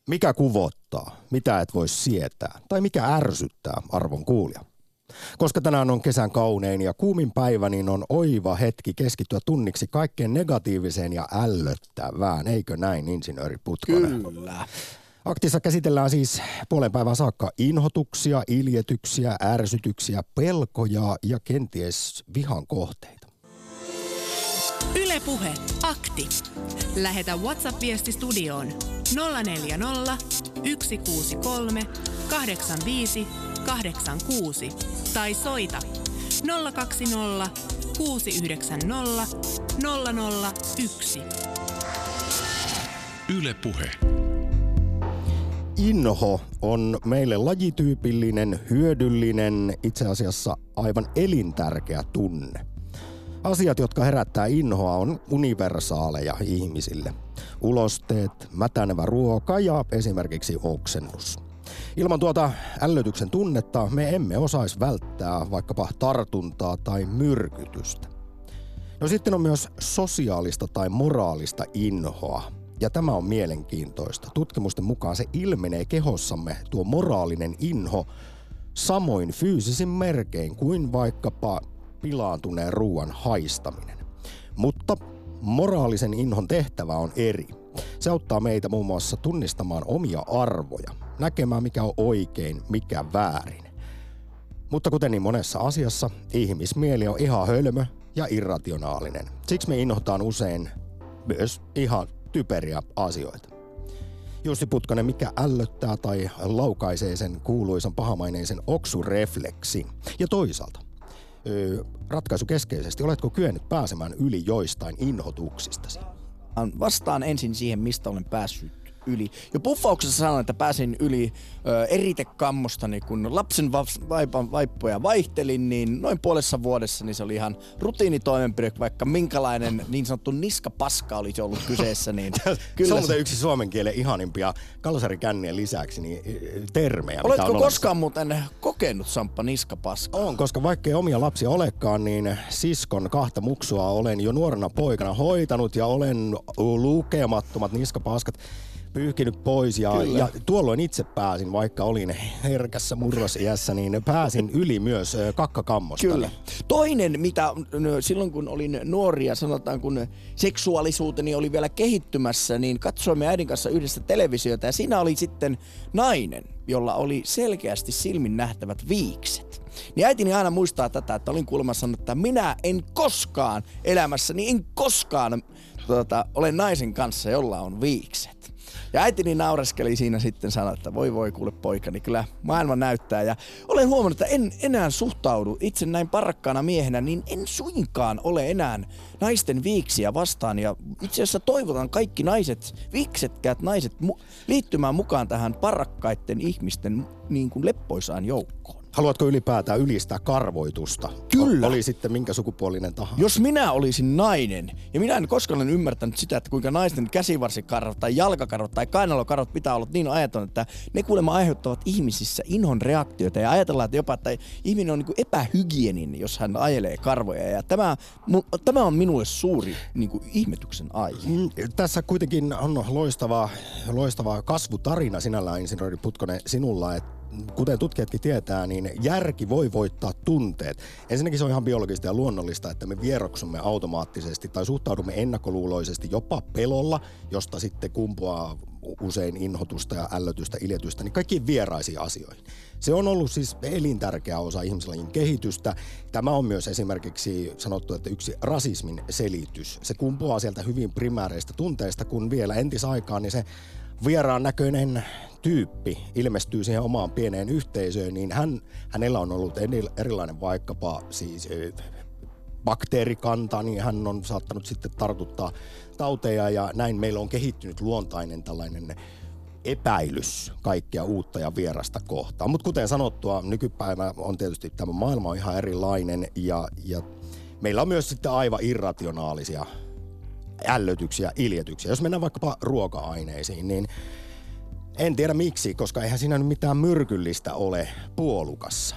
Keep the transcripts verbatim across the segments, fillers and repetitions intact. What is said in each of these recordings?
Mikä kuvottaa, mitä et voi sietää tai mikä ärsyttää, arvon kuulija? Koska tänään on kesän kaunein ja kuumin päivä, niin on oiva hetki keskittyä tunniksi kaikkeen negatiiviseen ja ällöttävään. Eikö näin, insinööri Putkonen? Kyllä. Aktissa käsitellään siis puolen päivän saakka inhotuksia, iljetyksiä, ärsytyksiä, pelkoja ja kenties vihan kohteita. Yle Puhe, akti. Lähetä WhatsApp-viesti studioon nolla neljä nolla, yksi kuusi kolme, kahdeksan viisi, kahdeksan kuusi tai soita nolla kaksi nolla, kuusi yhdeksän nolla, nolla nolla yksi. Yle Puhe. Inho on meille lajityypillinen, hyödyllinen, itse asiassa aivan elintärkeä tunne. Asiat, jotka herättää inhoa, on universaaleja ihmisille. Ulosteet, mätänevä ruoka ja esimerkiksi oksennus. Ilman tuota ällötyksen tunnetta me emme osaisi välttää vaikkapa tartuntaa tai myrkytystä. No sitten on myös sosiaalista tai moraalista inhoa. Ja tämä on mielenkiintoista. Tutkimusten mukaan se ilmenee kehossamme tuo moraalinen inho samoin fyysisin merkein kuin vaikkapa pilaantuneen ruoan haistaminen. Mutta moraalisen inhon tehtävä on eri. Se auttaa meitä muun muassa tunnistamaan omia arvoja, näkemään mikä on oikein, mikä väärin. Mutta kuten niin monessa asiassa, ihmismieli on ihan hölmö ja irrationaalinen. Siksi me inhotaan usein myös ihan typeriä asioita. Jussi Putkonen, mikä ällöttää tai laukaisee sen kuuluisan pahamaineisen oksurefleksin? Ja toisaalta, öö, ratkaisu keskeisesti, oletko kyennyt pääsemään yli joistain inhotuksistasi? Vastaan ensin siihen, mistä olen päässyt yli. Jo puffauksessa sanoin, että pääsin yli ö, eritekammosta, kun lapsen vaipan vaippoja vaihtelin, niin noin puolessa vuodessa niin se oli ihan rutiinitoimenpide, vaikka minkälainen niin sanottu niskapaska olisi ollut kyseessä. Niin kyllä se on muuten yksi suomen kielen ihanimpia kalsarikännien lisäksi niin termejä. Oletko mitä on koskaan muuten kokenut, Samppa, niskapaskaa? On, koska vaikkei omia lapsia olekaan, niin siskon kahta muksua olen jo nuorena poikana hoitanut ja olen lukemattomat niskapaskat pyyhkinyt pois ja, ja tuolloin itse pääsin, vaikka olin herkässä murrosiässä, niin pääsin yli myös kakkakammosta. Kyllä. Toinen, mitä silloin kun olin nuoria, sanotaan kun seksuaalisuuteni oli vielä kehittymässä, niin katsoimme äidin kanssa yhdessä televisiota ja siinä oli sitten nainen, jolla oli selkeästi silmin nähtävät viikset. Niin äitini aina muistaa tätä, että olin kuulemma sanonut, että minä en koskaan elämässäni, en koskaan tuota, ole naisen kanssa, jolla on viikset. Ja äitini naureskeli siinä sitten sanoi, että voi voi kuule poikani, kyllä maailma näyttää. Ja olen huomannut, että en enää suhtaudu itse näin parakkaana miehenä, niin en suinkaan ole enää naisten viiksiä vastaan. Ja itse asiassa toivotan kaikki naiset, viiksetkäät naiset mu- liittymään mukaan tähän parakkaiden ihmisten niin kuin leppoisaan joukkoon. Haluatko ylipäätään ylistää karvoitusta? Kyllä. Oli sitten minkä sukupuolinen tahansa. Jos minä olisin nainen, ja minä en koskaan ole ymmärtänyt sitä, että kuinka naisten käsivarsikarvat tai jalkakarvat tai kainalokarvat pitää olla niin ajatellut, että ne kuulemma aiheuttavat ihmisissä inhon reaktioita ja ajatellaan, että jopa, että ihminen on niin kuin epähygieninen, jos hän ajelee karvoja. Ja tämä, tämä on minulle suuri niin kuin ihmetyksen aihe. Mm, tässä kuitenkin on loistava, loistava kasvutarina sinällään, insinööri Putkonen, sinulla, että kuten tutkijatkin tietää, niin järki voi voittaa tunteet. Ensinnäkin se on ihan biologista ja luonnollista, että me vieroksumme automaattisesti tai suhtaudumme ennakkoluuloisesti jopa pelolla, josta sitten kumpuaa usein inhotusta ja ällötystä, iljetystä, niin kaikkiin vieraisiin asioihin. Se on ollut siis elintärkeä osa ihmislajin kehitystä. Tämä on myös esimerkiksi sanottu, että yksi rasismin selitys. Se kumpuaa sieltä hyvin primääreistä tunteista, kun vielä entisaikaan niin se vieraan näköinen tyyppi ilmestyy siihen omaan pieneen yhteisöön, niin hän, hänellä on ollut erilainen vaikkapa siis bakteerikanta, niin hän on saattanut sitten tartuttaa tauteja ja näin meillä on kehittynyt luontainen tällainen epäilys kaikkea uutta ja vierasta kohtaan. Mutta kuten sanottua, nykypäivä on tietysti tämä maailma on ihan erilainen ja, ja meillä on myös sitten aivan irrationaalisia ällötyksiä, iljetyksiä. Jos mennään vaikkapa ruoka-aineisiin, niin en tiedä miksi, koska eihän siinä nyt mitään myrkyllistä ole puolukassa.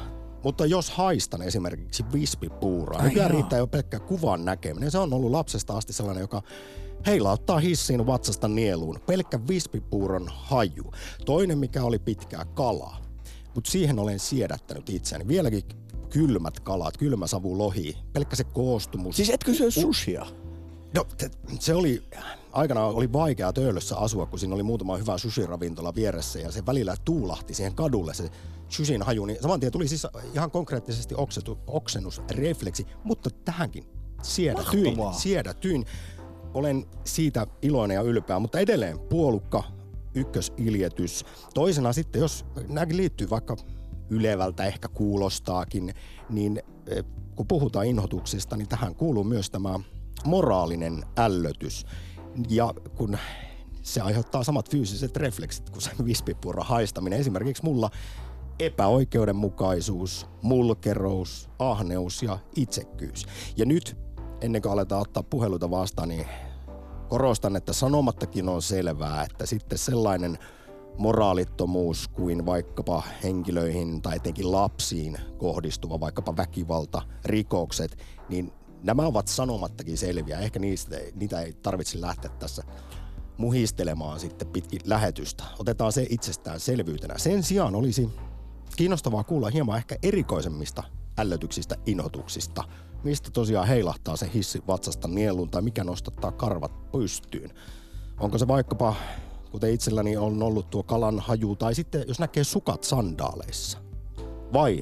Mutta jos haistan esimerkiksi vispipuuroa, nykyään riittää jo pelkkä kuvan näkeminen. Se on ollut lapsesta asti sellainen, joka heilauttaa hissiin vatsasta nieluun. Pelkkä vispipuuron haju. Toinen, mikä oli pitkää kalaa. Mutta siihen olen siedättänyt itseäni. Vieläkin kylmät kalat, kylmäsavulohi, pelkkä se koostumus. Siis etkö syö sushia? No se oli, aikanaan oli vaikea Töölössä asua, kun siinä oli muutama hyvä sushi-ravintola vieressä ja se välillä tuulahti siihen kadulle se sushin haju, niin saman tien tuli siis ihan konkreettisesti oksetu, oksennusrefleksi, mutta tähänkin siedätyin, siedätyin. Olen siitä iloinen ja ylpeä, mutta edelleen puolukka, ykkösiljetys. Toisena sitten, jos nämäkin liittyy vaikka ylevältä ehkä kuulostaakin, niin kun puhutaan inhotuksista, niin tähän kuuluu myös tämä moraalinen ällötys. Ja kun se aiheuttaa samat fyysiset refleksit kuin se vispipuuron haistaminen. Esimerkiksi mulla epäoikeudenmukaisuus, mulkerous, ahneus ja itsekkyys. Ja nyt, ennen kuin aletaan ottaa puheluita vastaan, niin korostan, että sanomattakin on selvää, että sitten sellainen moraalittomuus kuin vaikkapa henkilöihin tai etenkin lapsiin kohdistuva vaikkapa väkivalta, rikokset, niin nämä ovat sanomattakin selviä. Ehkä niistä, niitä ei tarvitse lähteä tässä muhistelemaan sitten pitkin lähetystä. Otetaan se itsestäänselvyytenä. Sen sijaan olisi kiinnostavaa kuulla hieman ehkä erikoisemmista ällötyksistä, inhotuksista. Mistä tosiaan heilahtaa se hissi vatsasta nieluun tai mikä nostattaa karvat pystyyn. Onko se vaikkapa, kuten itselläni on ollut tuo kalan haju, tai sitten jos näkee sukat sandaaleissa. Vai?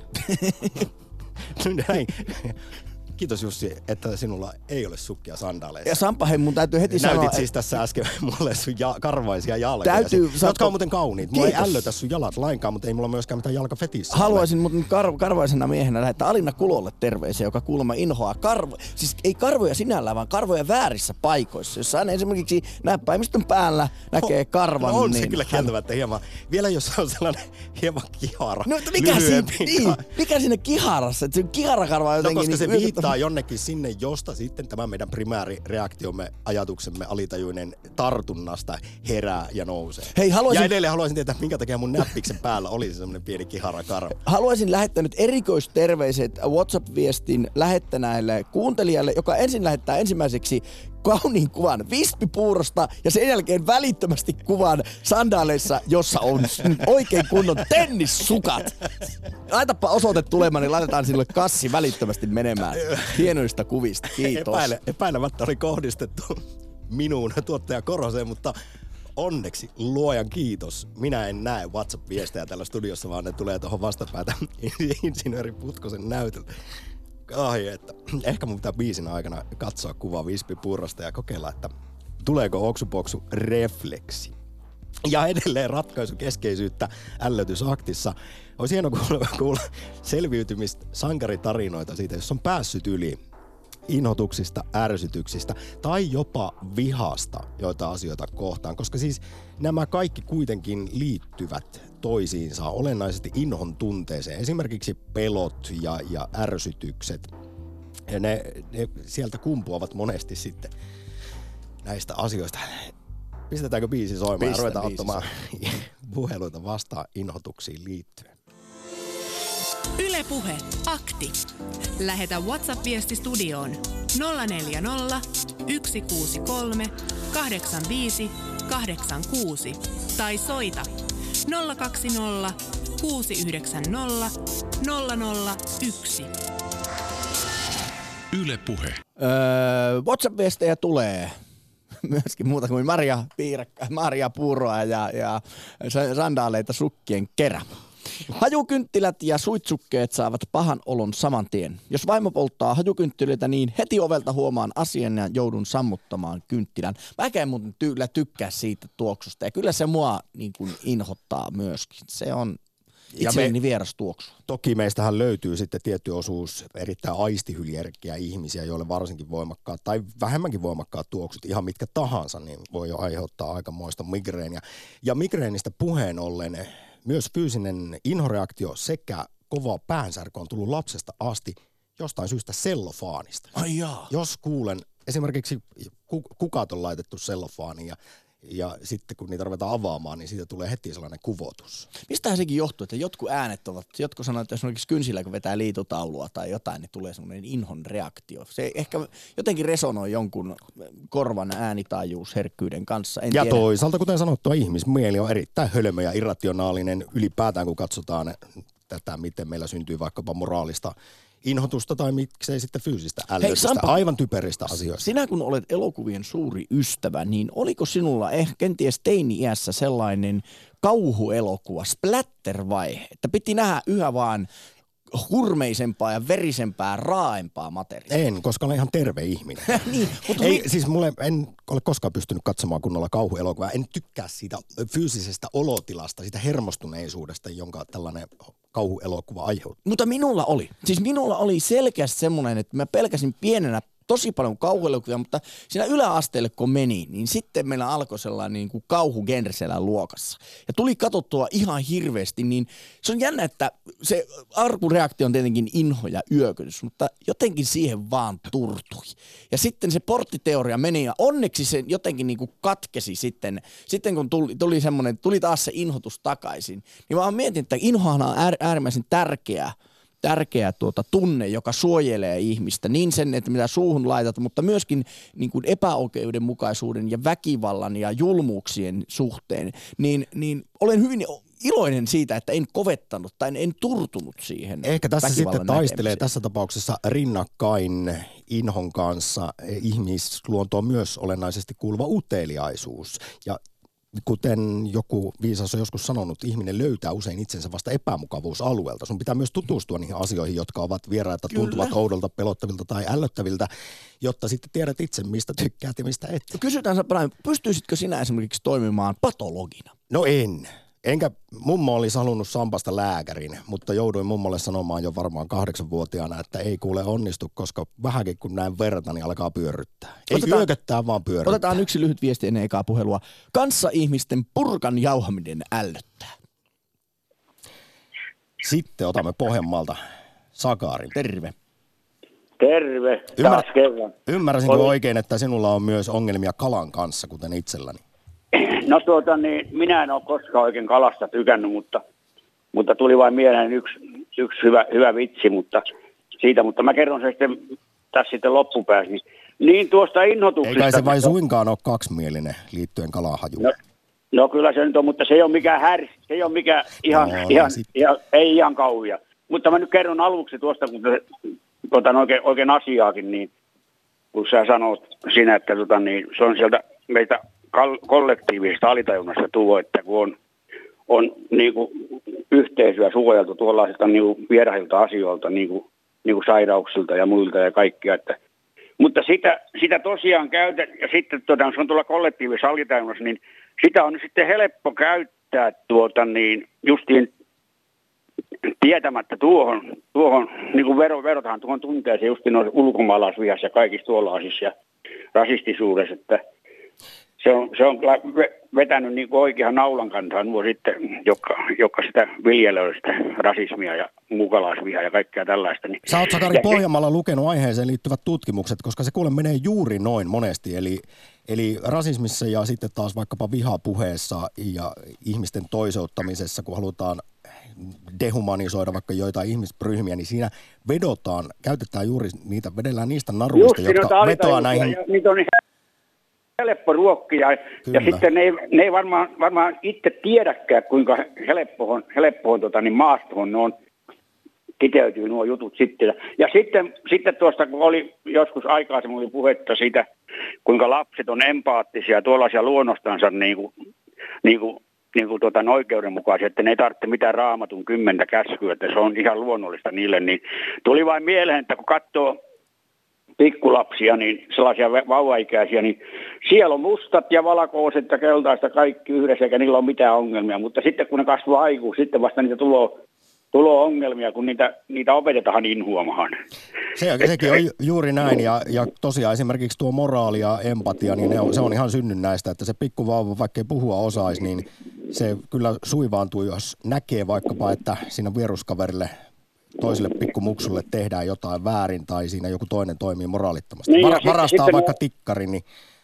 Näin. Kiitos Jussi, että sinulla ei ole sukkia sandaaleissa. Ja Sampa, hei, mun täytyy heti Näytit sanoa... Näytit siis tässä äsken mulle sun ja, karvaisia jalkoja. Täytyy... Jotka saatko... on muuten kauniit. Mulla ei ällötä sun jalat lainkaan, mutta ei mulla myöskään mitään jalkafetissä. Haluaisin muuten kar- karvaisena miehenä lähettää Alina Kulolle terveisiä, joka kuulemma inhoaa karvo... Siis ei karvoja sinällään, vaan karvoja väärissä paikoissa. Jos aina esimerkiksi näppäimistön päällä näkee karvan, no on niin... se kyllä kieltämättä hieman. Vielä jos on sellainen hieman kihara. No mikä, siinä, niin, mikä siinä kiharassa? Että se kiharakarva on jotenkin... No koska niin, se viittaa jonnekin sinne, josta sitten tämä meidän primäärireaktiomme, ajatuksemme alitajuinen tartunnasta herää ja nousee. Hei, haluaisin... Ja edelleen haluaisin tietää, minkä takia mun näppiksen päällä olisi semmoinen pieni kiharakarva. Haluaisin lähettää nyt erikoisterveiset WhatsApp-viestin lähettäneelle kuuntelijalle, joka ensin lähettää ensimmäiseksi kauniin kuvan vispipuurosta ja sen jälkeen välittömästi kuvan sandaaleissa, jossa on oikein kunnon tennissukat. Laitapa osoite tulemaan, niin laitetaan sille kassi välittömästi menemään. Hienoista kuvista, kiitos. Epäile, epäilemättä oli kohdistettu minuun tuottaja Koroseen, mutta onneksi luojan kiitos. Minä en näe WhatsApp-viestejä täällä studiossa, vaan ne tulee tuohon vastapäätä insinööri Putkosen näytölle. Ai, että ehkä mun pitää biisin aikana katsoa kuvaa vispipuurosta ja kokeilla, että tuleeko oksupoksu refleksi. Ja edelleen ratkaisukeskeisyyttä ällötysaktissa. Olisi hieno kuulla, kuulla selviytymistä sankaritarinoita siitä, jos on päässyt yli inhotuksista, ärsytyksistä tai jopa vihasta joita asioita kohtaan. Koska siis nämä kaikki kuitenkin liittyvät toisiinsa olennaisesti inhon tunteeseen. Esimerkiksi pelot ja, ja ärsytykset. Ja ne, ne sieltä kumpuavat monesti sitten näistä asioista. Pistetäänkö biisi soimaan Pistä ja ruvetaan ottamaan puheluita vastaan inhotuksiin liittyen. Yle Puhe, akti. Lähetä WhatsApp-viesti studioon nolla neljä nolla, yksi kuusi kolme, kahdeksan viisi, kahdeksan kuusi tai soita nolla kaksi nolla, kuusi yhdeksän nolla, nolla nolla yksi. Yle Puhe. Öö, WhatsApp-viestejä tulee. Myöskin muuta kuin Maria Piirakka, Maria Puuroa ja, ja sandaaleita sukkien kerä. Hajukynttilät ja suitsukkeet saavat pahan olon saman tien. Jos vaimo polttaa hajukynttilöitä, niin heti ovelta huomaan asian ja joudun sammuttamaan kynttilän. Mäkään muuten tyylä tykkää siitä tuoksusta ja kyllä se mua niin kuin inhottaa myöskin. Se on itselleni vieras tuoksu. Toki meistähän löytyy sitten tietty osuus erittäin aistihyljärkkiä ihmisiä, joille varsinkin voimakkaat tai vähemmänkin voimakkaat tuoksut, ihan mitkä tahansa, niin voi jo aiheuttaa aikamoista migreeniä. Ja migreenistä puheen ollen myös fyysinen inhoreaktio sekä kova päänsärky on tullut lapsesta asti jostain syystä sellofaanista. Ai jaa. Jos kuulen, esimerkiksi kukat on laitettu sellofaaniin ja Ja sitten kun niitä ruvetaan avaamaan, niin siitä tulee heti sellainen kuvotus. Mistähän sekin johtuu, että jotkut äänet ovat, jotkut sanoo, että esimerkiksi kynsillä kun vetää liitutaulua tai jotain, niin tulee semmoinen inhon reaktio. Se ehkä jotenkin resonoi jonkun korvan äänitaajuusherkkyyden kanssa. En ja tiedä. Toisaalta, kuten sanottua, ihmismieli on erittäin hölmö ja irrationaalinen ylipäätään, kun katsotaan tätä, miten meillä syntyy vaikkapa moraalista inhotusta tai miksei sitten fyysistä ällötystä, aivan typeristä asioista. Sinä kun olet elokuvien suuri ystävä, niin oliko sinulla ehkä kenties teini-iässä sellainen kauhuelokuva, splatter-vaihe, että piti nähdä yhä vaan hurmeisempaa ja verisempää, raaempaa materiaalia? En, koska olen ihan terve ihminen. niin, mutta Ei, mi- siis mulle en ole koskaan pystynyt katsomaan kunnolla kauhuelokuvaa. En tykkää siitä fyysisestä olotilasta, siitä hermostuneisuudesta, jonka tällainen kauhuelokuva aiheuttaa. Mutta minulla oli. Siis minulla oli selkeästi semmoinen, että mä pelkäsin pienenä tosi paljon kauhuelokuvia, mutta siinä yläasteelle kun meni, niin sitten meillä alkoi sellainen niin kuin kauhugenre siellä luokassa. Ja tuli katsottua ihan hirveästi, niin se on jännä, että se arkureaktio on tietenkin inho ja yökytys, mutta jotenkin siihen vaan turtui. Ja sitten se porttiteoria meni ja onneksi se jotenkin niin kuin katkesi sitten, sitten kun tuli, tuli semmoinen, tuli taas se inhotus takaisin. Niin mä mietin, että inhohan on äärimmäisen tärkeä tärkeä tuota tunne, joka suojelee ihmistä, niin sen, että mitä suuhun laitat, mutta myöskin niin kuin epäoikeudenmukaisuuden ja väkivallan ja julmuuksien suhteen, niin, niin olen hyvin iloinen siitä, että en kovettanut tai en turtunut siihen. Ehkä tässä sitten taistelee näkemiseen. tässä tapauksessa rinnakkain inhon kanssa ihmisluontoon myös olennaisesti kuuluva uteliaisuus. Ja kuten joku viisas on joskus sanonut, ihminen löytää usein itsensä vasta epämukavuusalueelta. Sun pitää myös tutustua niihin asioihin, jotka ovat vieraita, Kyllä. tuntuvat oudolta, pelottavilta tai ällöttäviltä, jotta sitten tiedät itse, mistä tykkäät ja mistä et. Kysytään, Brian, pystyisitkö sinä esimerkiksi toimimaan patologina? No en. Enkä, mummo olisi halunnut Sampasta lääkärin, mutta jouduin mummolle sanomaan jo varmaan kahdeksanvuotiaana, että ei kuule onnistu, koska vähänkin kun näen verta, niin alkaa pyörryttää. Ei Otetaan- yököttää, vaan pyörryttää. Otetaan yksi lyhyt viesti ennen ekaa puhelua. Kanssaihmisten purkan jauhaminen ällöttää. Sitten otamme Pohjanmaalta Sakarin. Terve. Terve, Ymmär- taas kerran. Ymmärsinkö Oli- oikein, että sinulla on myös ongelmia kalan kanssa, kuten itselläni? No tuota niin, minä en ole koskaan oikein kalasta tykännyt, mutta, mutta tuli vain mieleen yksi, yksi hyvä, hyvä vitsi mutta siitä, mutta mä kerron sen sitten tässä sitten loppupäässä. Niin, niin tuosta inhotuksesta. Ei kai se vain suinkaan ole kaksimielinen liittyen kalahajuun. No, no kyllä se nyt on, mutta se ei ole mikään härs, se ei ole mikään ihan, No, ihan, sit- ihan, ei ihan kauhia. Mutta mä nyt kerron aluksi tuosta, kun te, otan oikein, oikein asiaakin, niin kun sä sanot sinä, että tota, niin, se on sieltä meitä kal- kollektiivisesta alitajunnasta tuo, että kun on, on niin kuin yhteisöä suojeltu tuollaisilta niin kuin vierahilta asioilta, niin kuin, niin kuin sairauksilta ja muilta ja kaikkia, että mutta sitä, sitä tosiaan käytän, ja sitten tuota, se on tuolla kollektiivisessa alitajunnassa, niin sitä on sitten helppo käyttää tuota, niin justiin tietämättä tuohon, tuohon niin kuin vero, verotahan tuohon tunteeseen justiin noissa ulkomaalaisvihassa ja kaikissa tuollaisissa ja rasistisuudessa, että se on, se on kyllä vetänyt niin kuin oikean naulan kantaan nuo sitten, jotka, jotka sitä viljelevät sitä rasismia ja mukalaisvihaa ja kaikkea tällaista. Niin. Sä oot, Sakari, Ja- Pohjanmaalla lukenut aiheeseen liittyvät tutkimukset, koska se kuule menee juuri noin monesti. Eli, eli rasismissa ja sitten taas vaikkapa vihapuheessa ja ihmisten toiseuttamisessa, kun halutaan dehumanisoida vaikka joitain ihmisryhmiä, niin siinä vedotaan, käytetään juuri niitä, vedellään niistä naruista, Just, jotka noita vetoaa alitajuisia, näihin. ja niitä on ihan helppo ruokkia, ja Kyllä. sitten ne ei, ne ei varmaan, varmaan itse tiedäkään, kuinka helppoon, helppoon tota, niin maastoon ne on kiteytyy nuo jutut sitten. Ja sitten, sitten tuosta, kun oli joskus aikaisemmin oli puhetta siitä, kuinka lapset on empaattisia tuollaisia luonnostansa niin kuin, niin kuin, niin kuin tuota, oikeudenmukaisia, että ne ei tarvitse mitään raamatun kymmentä käskyä, että se on ihan luonnollista niille, niin tuli vain mieleen, että kun katsoo pikkulapsia, niin sellaisia vauvaikäisiä, niin siellä on mustat ja valkoiset ja keltaista kaikki yhdessä, eikä niillä ole mitään ongelmia, mutta sitten kun ne kasvaa aikuus, sitten vasta niitä tulo, tulo ongelmia, kun niitä, niitä opetetaan inhuomaan. Se, sekin on ju- juuri näin, ja, ja tosiaan esimerkiksi tuo moraali ja empatia, niin ne on, se on ihan synnynnäistä, että se pikkuvauva, vaikka ei puhua osaisi, niin se kyllä suivaantuu, jos näkee vaikkapa, että siinä vieruskaverille toiselle pikkumuksulle tehdään jotain väärin tai siinä joku toinen toimii moraalittomasti. Niin, ja Var, sitten- varastaa sitten vaikka ne- tikkarin, niin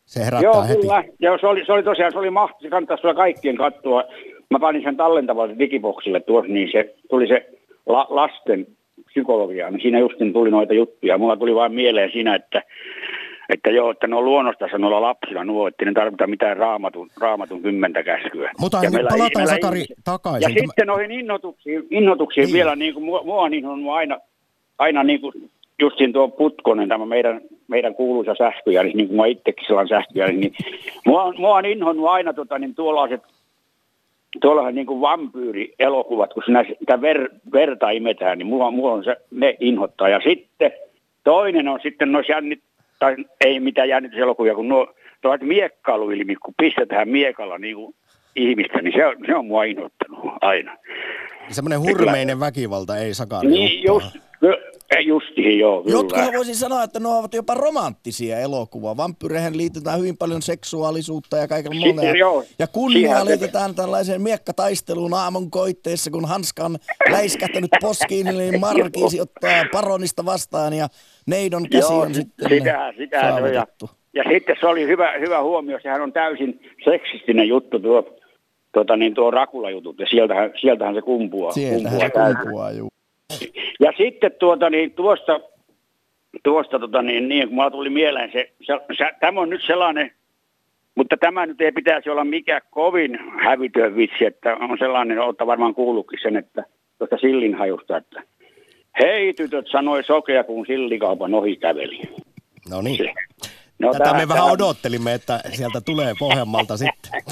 Se herättää Joo, heti. kyllä. Joo, se oli, se oli tosiaan, se oli mahtavaa, se kannattaisi tuolla kaikkien katsoa. Mä panin sen tallentavalle digiboksille tuossa, niin se tuli se la, lasten psykologia, niin siinä justin tuli noita juttuja. Mulla tuli vain mieleen siinä, että, että joo, että ne on luonnostansa noilla lapsilla nuo, että ne tarvita mitään raamatun, raamatun kymmentä käskyä. Mutta ja nyt meillä, palataan meillä Sakari ihmiset, takaisin. Ja Tämä... sitten noihin innotuksiin, innotuksiin niin. Vielä, niin kuin mua, mua on inhonnut aina, aina niin kuin justiin tuo Putkonen, tämä meidän, meidän kuuluisa sähköjä, niin kuin mä itsekin sellainen sähköjä, niin mua, mua on inhonnut aina tota, niin tuollaiset, tuollahan niin kuin vampyyri-elokuvat, kun sinä sitä ver, verta imetään, niin mua, mua on se, ne inhottaa. Ja sitten toinen on sitten noissa jännit, tai ei mitään jännityselokuvia, kun nuo tuollainen miekkailuilmi, kun pistetään miekalla niin kuin ihmistä, niin se on, se on mua inhottanut aina. Semmoinen hurmeinen väkivalta ei Sakari. Niin, just, justiin joo. Kyllä. Jotkuhan voisin sanoa, että ne ovat jopa romanttisia elokuvia. Vampyyreihin liitetään hyvin paljon seksuaalisuutta ja kaikilla muuta. Ja, ja kunniaa liitetään tällaiseen miekkataisteluun aamun koitteessa, kun Hanska on läiskähtänyt poskiin, niin Markiisi ottaa paronista vastaan ja neidon käsi joo, on sitten sitä, sitä saavutettu. Ja, ja sitten se oli hyvä, hyvä huomio, sehän on täysin seksistinen juttu tuo, tuota, niin tuo Rakula-jutut, ja sieltähän, sieltähän se kumpuaa. Sieltähän kumpuaa se kumpuaa, juu. Ja sitten tuota, niin, tuosta, tuosta tota, niin, niin, kun mulla tuli mieleen se, se, se, tämä on nyt sellainen, mutta tämä nyt ei pitäisi olla mikään kovin hävitön vitsi, että on sellainen, olette varmaan kuullutkin sen, että tuosta sillinhajusta, että hei tytöt, sanoi sokea, kun sillikaupan ohi käveli. No niin. Se. No, Tätä tämä, me vähän tämä... odottelimme, että sieltä tulee Pohjanmaalta sitten.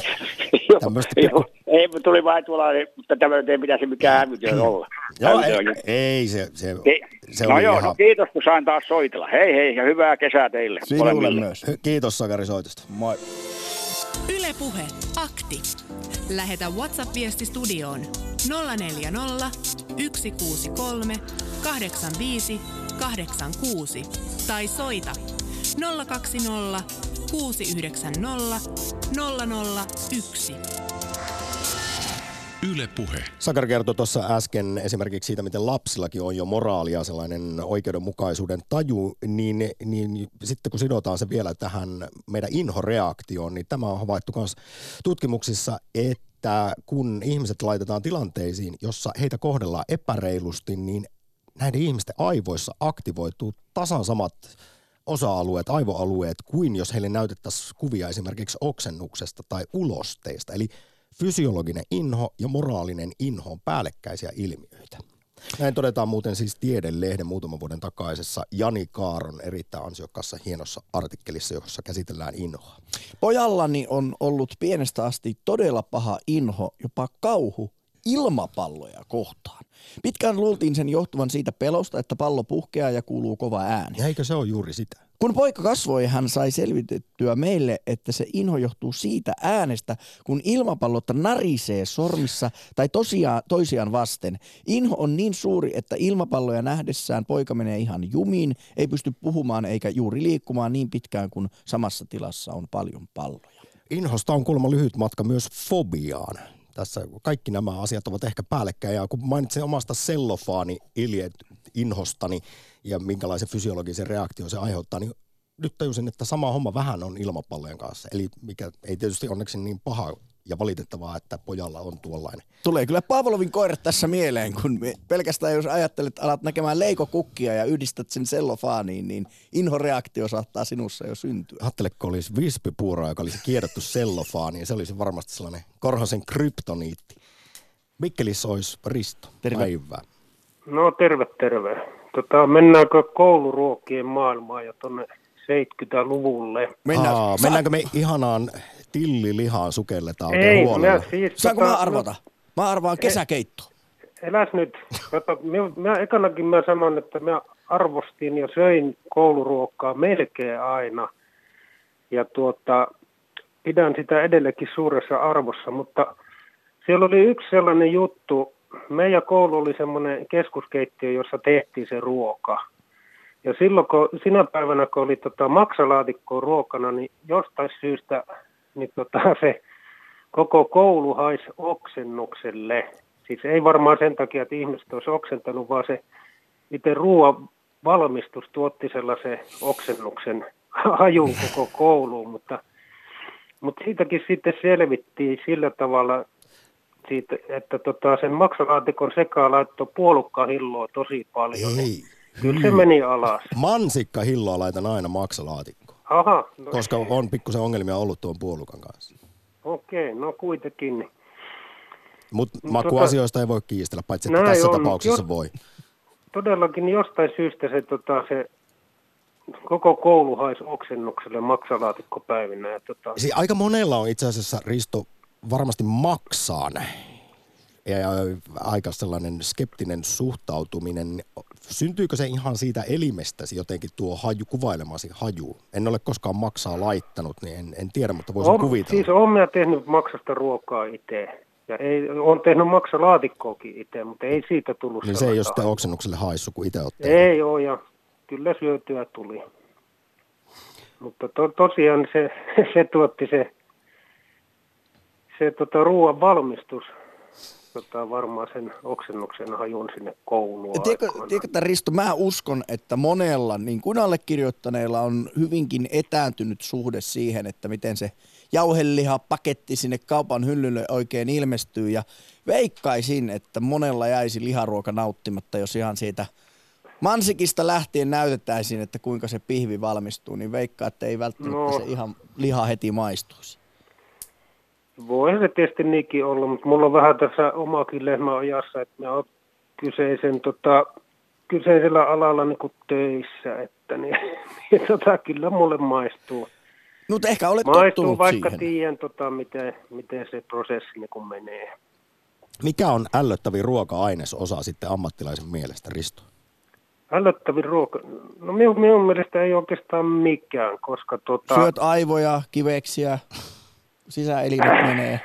Joo, ei, tuli vain tuolla, mutta tämä ei pitäisi mikään hävytön olla. Joo, ei, ei se, se, se no oli joo, ihan... no kiitos kun sain taas soitella. Hei hei ja hyvää kesää teille. Sinulle myös. Kiitos Sakari soitosta. Moi. Yle Puhe, akti. Lähetä WhatsApp-viesti studioon nolla neljä nolla, yksi kuusi kolme, kahdeksan viisi, kahdeksan kuusi tai soita nolla kaksi nolla, kuusi yhdeksän nolla, nolla nolla yksi. Yle Puhe. Sakari kertoi tuossa äsken esimerkiksi siitä, miten lapsillakin on jo moraalia, sellainen oikeudenmukaisuuden taju, niin, niin sitten kun sidotaan se vielä tähän meidän inhoreaktioon, niin tämä on havaittu myös tutkimuksissa, että kun ihmiset laitetaan tilanteisiin, jossa heitä kohdellaan epäreilusti, niin näiden ihmisten aivoissa aktivoituu tasan samat osa-alueet, aivoalueet, kuin jos heille näytettäisiin kuvia esimerkiksi oksennuksesta tai ulosteista. Eli fysiologinen inho ja moraalinen inho on päällekkäisiä ilmiöitä. Näin todetaan muuten siis Tiedelehden muutaman vuoden takaisessa Jani Kaaron erittäin ansiokkaassa hienossa artikkelissa, jossa käsitellään inhoa. Pojallani on ollut pienestä asti todella paha inho, jopa kauhu ilmapalloja kohtaan. Pitkään luultiin sen johtuvan siitä pelosta, että pallo puhkeaa ja kuuluu kova ääni. Ja eikö se ole juuri sitä? Kun poika kasvoi, hän sai selvitettyä meille, että se inho johtuu siitä äänestä, kun ilmapallot narisee sormissa tai tosiaan, toisiaan vasten. Inho on niin suuri, että ilmapalloja nähdessään poika menee ihan jumiin, ei pysty puhumaan eikä juuri liikkumaan niin pitkään, kun samassa tilassa on paljon palloja. Inhosta on kuulemma lyhyt matka myös fobiaan. Tässä kaikki nämä asiat ovat ehkä päällekkäin, ja kun mainitsin omasta sellofaani-inhostani ja minkälaisen fysiologisen reaktion se aiheuttaa, niin nyt tajusin, että sama homma vähän on ilmapallojen kanssa. Eli mikä ei tietysti onneksi niin paha ja valitettavaa, että pojalla on tuollainen. Tulee kyllä Pavlovin koirat tässä mieleen, kun me pelkästään jos ajattelet, alat näkemään leikokukkia ja yhdistät sen sellofaaniin, niin inhoreaktio saattaa sinussa jo syntyä. Ajatteleko olisi vispipuuroa, joka olisi kierretty sellofaaniin, se olisi varmasti sellainen Korhosen kryptoniitti. Mikkelissä olisi Risto. Terve. Päivää. No terve, terve. Tota, mennäänkö kouluruokien maailmaan jo tuonne seitsemänkymmentäluvulle? Mennään. Aa, mennäänkö me ihanaan tillilihaan sukelletaan? Ei, mä siis... Saanko tota, mä arvata? Mä arvaan kesäkeitto. Eläs nyt. Kato, mä, mä ekanakin mä sanon, että mä arvostin ja söin kouluruokkaa melkein aina. Ja tuota, pidän sitä edelleenkin suuressa arvossa, mutta siellä oli yksi sellainen juttu. Meidän koulu oli semmoinen keskuskeittiö, jossa tehtiin se ruoka. Ja silloin, kun, sinä päivänä, kun oli tota maksalaatikkoa ruokana, niin jostain syystä niin tota, se koko koulu haisi oksennukselle. Siis ei varmaan sen takia, että ihmiset olisi oksentanut, vaan se miten ruoan valmistus tuotti sellaisen oksennuksen hajun koko kouluun. Mutta Mutta siitäkin sitten selvittiin sillä tavalla, siitä, että tota, sen maksalaatikon sekaan laittoi puolukkahilloa tosi paljon. Ei. Kyllä se meni alas. Mansikkahilloa laitan aina maksalaatikkoon. Aha. No. Koska on pikkusen ongelmia ollut tuon puolukan kanssa. Okei, no kuitenkin. Mutta No, makuasioista tota, ei voi kiistellä, paitsi että näin tässä on. tapauksessa Jos- voi. Todellakin jostain syystä se, tota, se koko koulu haisi oksennukselle maksalaatikkopäivinä. Ja, tota, Si- aika monella on itse asiassa, Risto, varmasti maksaan. Ja, ja aika sellainen skeptinen suhtautuminen. Syntyykö se ihan siitä elimestäsi jotenkin tuo haju, kuvailemasi haju? En ole koskaan maksaa laittanut, niin en, en tiedä, mutta voisin on, kuvitella. siis olen minä tehnyt maksasta ruokaa itse. Ja ei, olen tehnyt maksalaatikkoakin itse, mutta ei siitä tullut Niin se ei ole sellaista sitten hajua. oksennukselle haissu, kun itse olet tehnyt. Ei ole, ja kyllä syötyä tuli. Mutta to, tosiaan se, se tuotti se, se tota, ruoan valmistus tota, varmaan sen oksennuksen hajun sinne kouluun. Ja tiedätkö, aikoinaan. tiedätkö että Risto, mä uskon, että monella, niin kuin allekirjoittaneilla, on hyvinkin etääntynyt suhde siihen, että miten se jauhelihapaketti sinne kaupan hyllylle oikein ilmestyy. Ja veikkaisin, että monella jäisi liharuoka nauttimatta, jos ihan siitä mansikista lähtien näytettäisiin, että kuinka se pihvi valmistuu, niin veikkaa, että ei välttämättä No. se ihan liha heti maistuisi. Voihan se tietysti niinkin olla, mutta mulla on vähän tässä omakin lehmä ojassa, että mä oon kyseisen, tota, kyseisellä alalla niin kuin töissä, että niin, niin tota, kyllä mulle maistuu. Mutta ehkä olet Maistuu, tottunut vaikka siihen. tiedän, tota, miten, miten se prosessi niin kun menee. Mikä on ällöttävin ruoka-ainesosa sitten ammattilaisen mielestä, Risto? Ällöttävin ruoka, no minun, minun mielestä ei oikeastaan mikään, koska tota, Syöt aivoja, kiveksiä, sisäelimet menee.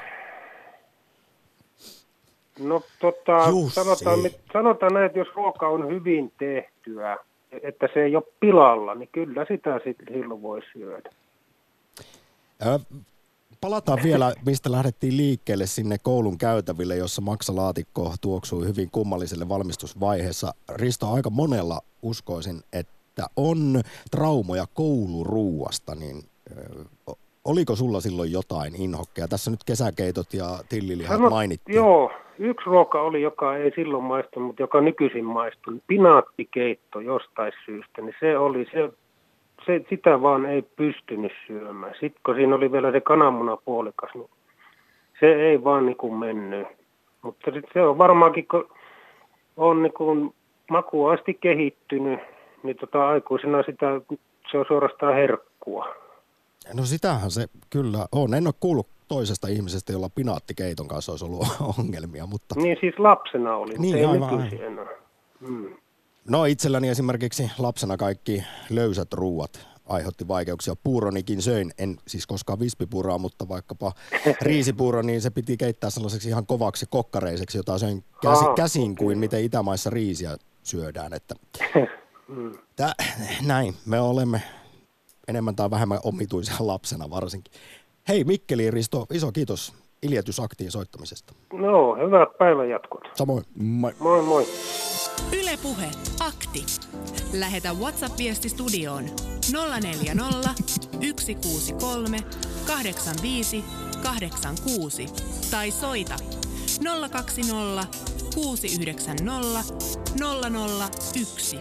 no tota, Jussi. sanotaan, mit- sanotaan näin, että jos ruoka on hyvin tehtyä, että se ei ole pilalla, niin kyllä sitä sitten silloin voi syödä. Ö, palataan vielä, mistä lähdettiin liikkeelle sinne koulun käytäville, jossa maksalaatikko tuoksui hyvin kummalliselle valmistusvaiheessa. Risto, aika monella uskoisin, että on traumoja kouluruuasta, niin ö, oliko sulla silloin jotain inhokkeja? Tässä nyt kesäkeitot ja tillilihat Sano- mainittiin. Joo, yksi ruoka oli, joka ei silloin maistunut, mutta joka nykyisin maistuu. Pinaattikeitto jostain syystä, niin se oli, se, se, sitä vaan ei pystynyt syömään. Sitten kun siinä oli vielä se kananmunapuolikas, niin se ei vaan niin kuin mennyt. Mutta sit se on varmaankin, kun on niin kuin makuasti kehittynyt, niin tota aikuisena sitä, se on suorastaan herkkua. No sitähän se kyllä on. En ole kuullut toisesta ihmisestä, jolla pinaattikeiton kanssa olisi ollut ongelmia, mutta Niin siis lapsena oli, Niin, mutta ei aivan, nykyisin enää. Mm. no itselläni esimerkiksi lapsena kaikki löysät ruuat aiheutti vaikeuksia. Puuronikin söin, en siis koskaan vispipuuroa, mutta vaikkapa riisipuuro, niin se piti keittää sellaiseksi ihan kovaksi kokkareiseksi, jota söin käsi, Aha, käsin kuin miten Itämaissa riisiä syödään. Että Mm. tää, näin, me olemme enemmän tai vähemmän omituisia lapsena varsinkin. Hei Mikkeli Risto, iso kiitos Iljetysaktiin soittamisesta. No, hyvät päivänjatkot. Samoin. Moi. Moi moi. Yle Puhe, akti. Lähetä WhatsApp-viesti studioon nolla neljä nolla, yksi kuusi kolme, kahdeksan viisi, kahdeksan kuusi tai soita nolla kaksi nolla, kuusi yhdeksän nolla, nolla nolla yksi.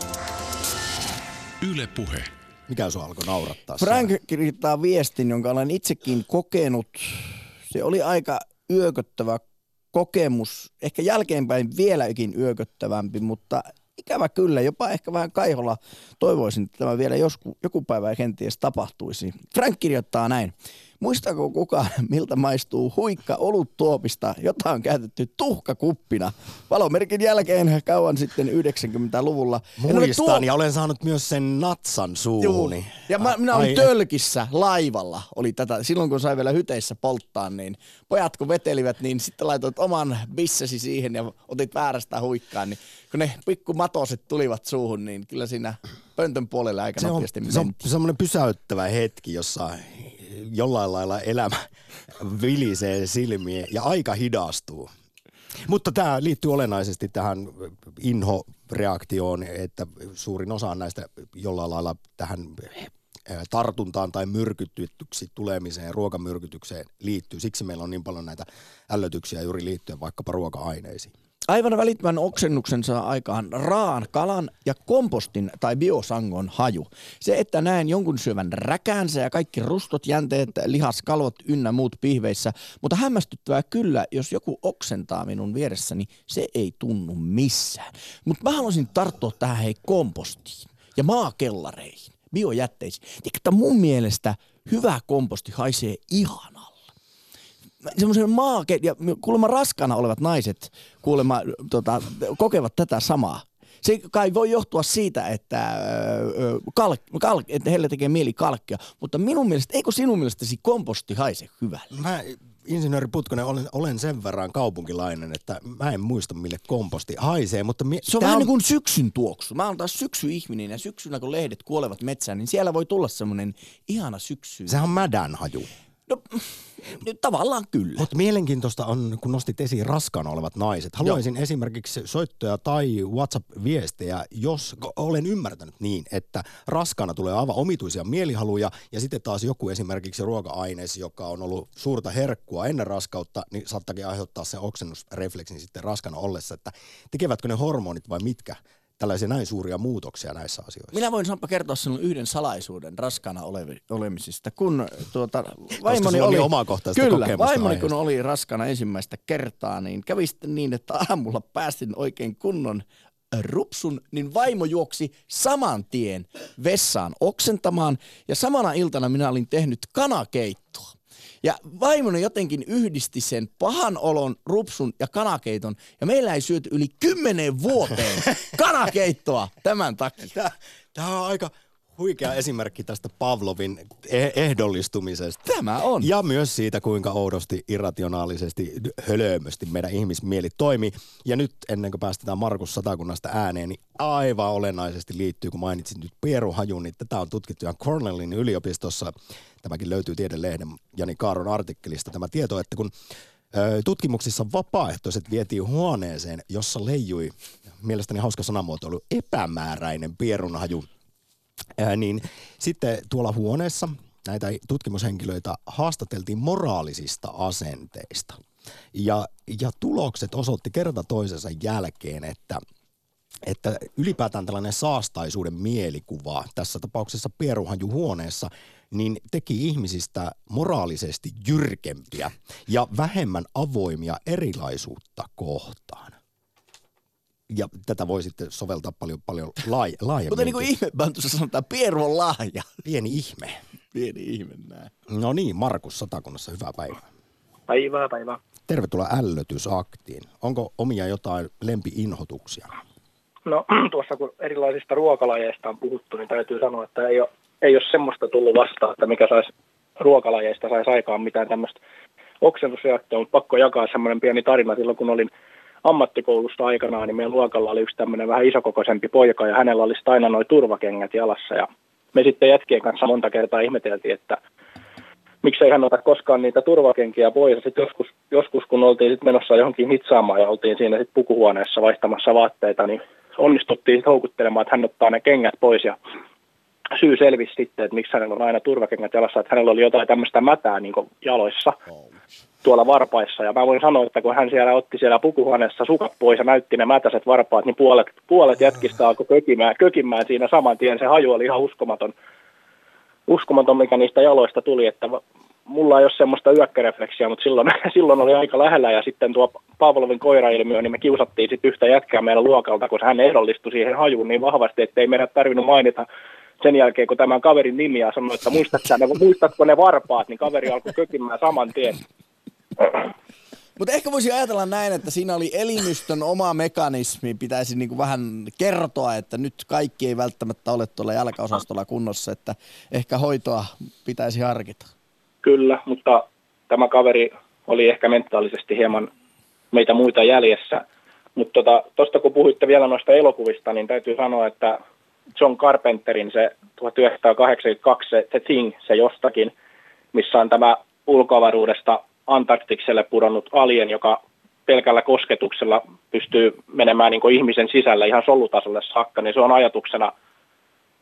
Yle Puhe. Mikä sua alkoi naurattaa? Frank siellä? kirjoittaa viestin, jonka olen itsekin kokenut. Se oli aika yököttävä kokemus, ehkä jälkeenpäin vieläkin yököttävämpi, mutta ikävä kyllä, jopa ehkä vähän kaiholla toivoisin, että tämä vielä josku, joku päivä kenties tapahtuisi. Frank kirjoittaa näin. Muistaako kukaan, miltä maistuu huikka oluttuopista, jota on käytetty tuhkakuppina? Valomerkin jälkeen kauan sitten yhdeksänkymmentäluvulla. En ole Muistan tuo- ja olen saanut myös sen natsan suuhuni. ja mä, minä olin Ai- tölkissä laivalla, oli tätä, silloin kun sai vielä hyteissä polttaa, niin pojat kun vetelivät, niin sitten laitoit oman bissesi siihen ja otit väärästä huikkaan, niin kun ne pikku matoset tulivat suuhun, niin kyllä siinä pöntön puolelle aika Se on, nopeasti se on mentiin. semmoinen pysäyttävä hetki, jossa jollain lailla elämä vilisee silmiin ja aika hidastuu. Mutta tämä liittyy olennaisesti tähän inhoreaktioon, että suurin osa näistä jollain lailla tähän tartuntaan tai myrkytyksi tulemiseen, ruokamyrkytykseen liittyy. Siksi meillä on niin paljon näitä ällötyksiä juuri liittyen vaikkapa ruoka-aineisiin. Aivan välittömän oksennuksen saa aikaan raan, kalan ja kompostin tai biosangon haju. Se, että näen jonkun syövän räkäänsä ja kaikki rustot, jänteet, lihaskalvot ynnä muut pihveissä, mutta hämmästyttävää kyllä, jos joku oksentaa minun vieressäni, se ei tunnu missään. Mutta mä haluaisin tarttua tähän hei kompostiin ja maakellareihin, biojätteisiin. Että mun mielestä hyvä komposti haisee ihanalla. Semmoisen maake- ja kuulemma raskaana olevat naiset kuulemma tota, kokevat tätä samaa. Se kai voi johtua siitä, että, kalk- kalk- että heille tekee mieli kalkkia, mutta minun mielestä, eikö sinun mielestäsi komposti haise hyvälle? Mä, insinööri Putkonen, olen, olen sen verran kaupunkilainen, että mä en muista mille komposti haisee, mutta... Mi- se on vähän on... niin kuin syksyn tuoksu. Mä oon taas syksyihminen ja syksynä kun lehdet kuolevat metsään, niin siellä voi tulla semmoinen ihana syksy. Sehän on mädän haju. No, tavallaan kyllä. Mutta mielenkiintoista on, kun nostit esiin raskaana olevat naiset. Haluaisin Joo. esimerkiksi soittoja tai WhatsApp-viestejä, jos olen ymmärtänyt niin, että raskaana tulee aivan omituisia mielihaluja ja sitten taas joku esimerkiksi ruoka-aineessa, joka on ollut suurta herkkua ennen raskautta, niin saattakin aiheuttaa sen oksennusrefleksin sitten raskaana ollessa, että tekevätkö ne hormonit vai mitkä? Tällaisia näin suuria muutoksia näissä asioissa. Minä voin Samppa kertoa sinulle yhden salaisuuden raskaana olevi, olemisesta. Kun tuota, vaimoni oli, niin omakohtaista kyllä, kokemusta vaimoni aiheesta. kun oli raskaana ensimmäistä kertaa, niin kävi sitten niin, että aamulla päästin oikein kunnon rupsun, niin vaimo juoksi saman tien vessaan oksentamaan. Ja samana iltana minä olin tehnyt kanakeittoa. Ja vaimoni jotenkin yhdisti sen pahan olon, rupsun ja kanakeiton. Ja meillä ei syöty yli kymmenen vuoteen kanakeittoa tämän takia. Tämä on aika huikea esimerkki tästä Pavlovin ehdollistumisesta. Tämä on. Ja myös siitä, kuinka oudosti, irrationaalisesti, hölömösti meidän ihmismieli toimii. Ja nyt ennen kuin päästetään Markus Satakunnasta ääneen, niin aivan olennaisesti liittyy, kun mainitsit nyt pieruhajun, niin tätä on tutkittu ihan Cornellin yliopistossa. Tämäkin löytyy Tiedelehden Jani Kaaron artikkelista tämä tieto, että kun ö, tutkimuksissa vapaaehtoiset vietiin huoneeseen, jossa leijui, mielestäni hauska sanamuotoilu, epämääräinen pierunhaju, ää, niin sitten tuolla huoneessa näitä tutkimushenkilöitä haastateltiin moraalisista asenteista. Ja, ja tulokset osoitti kerta toisensa jälkeen, että että ylipäätään tällainen saastaisuuden mielikuva, tässä tapauksessa pieruhajuhuoneessa, niin teki ihmisistä moraalisesti jyrkempiä ja vähemmän avoimia erilaisuutta kohtaan. Ja tätä voi sitten soveltaa paljon, paljon laaj- laajemmin. Mutta niin kuin ihmebantussa sanotaan, pieru on lahja. Pieni ihme. Pieni ihme näin. No niin, Markus Satakunnassa, hyvää päivää. Päivää, päivää. Tervetuloa Ällötysaktiin. Onko omia jotain lempi-inhotuksia? No tuossa kun erilaisista ruokalajeista on puhuttu, niin täytyy sanoa, että ei ole, ei ole semmoista tullut vastaan, että mikä saisi ruokalajeista saisi aikaan mitään tämmöistä oksennusreaktioa, mutta pakko jakaa semmoinen pieni tarina. Silloin kun olin ammattikoulusta aikanaan, niin meidän luokalla oli yksi tämmöinen vähän isokokoisempi poika ja hänellä oli aina nuo turvakengät jalassa ja me sitten jätkien kanssa monta kertaa ihmeteltiin, että miksei hän ota koskaan niitä turvakenkiä pois. Ja sitten joskus, joskus, kun oltiin sit menossa johonkin hitsaamaan ja oltiin siinä sit pukuhuoneessa vaihtamassa vaatteita, niin onnistuttiin sit houkuttelemaan, että hän ottaa ne kengät pois. Ja syy selvisi sitten, että miksi hänellä on aina turvakengät jalassa, että hänellä oli jotain tämmöistä mätää niin kuin jaloissa tuolla varpaissa. Ja mä voin sanoa, että kun hän siellä otti siellä pukuhuoneessa sukat pois ja näytti ne mätäiset varpaat, niin puolet, puolet jätkistä alkoi kökimään, kökimään siinä saman tien. Se haju oli ihan uskomaton. Uskomaton, mikä niistä jaloista tuli, että mulla ei ole semmoista yökkärefleksiä, mutta silloin, silloin oli aika lähellä ja sitten tuo Pavlovin koirailmiö, niin me kiusattiin sitten yhtä jätkää meidän luokalta, koska hän ehdollistui siihen hajuun niin vahvasti, että ei meidän tarvinnut mainita sen jälkeen, kun tämän kaverin nimi ja sanoi, että muistatko ne, muistatko ne varpaat, niin kaveri alkoi kökimään saman tien. Mutta ehkä voisi ajatella näin, että siinä oli elimistön oma mekanismi, pitäisi niinku vähän kertoa, että nyt kaikki ei välttämättä ole tuolla jalkaosastolla kunnossa, että ehkä hoitoa pitäisi harkita. Kyllä, mutta tämä kaveri oli ehkä mentaalisesti hieman meitä muita jäljessä. Mutta tuosta tota, kun puhuitte vielä noista elokuvista, niin täytyy sanoa, että John Carpenterin se tuhatyhdeksänsataakahdeksankymmentäkaksi, se, se Thing, se jostakin, missä on tämä ulkoavaruudesta Antarktikselle pudonnut alien, joka pelkällä kosketuksella pystyy menemään niin kuin ihmisen sisälle ihan solutasolle saakka, niin se on ajatuksena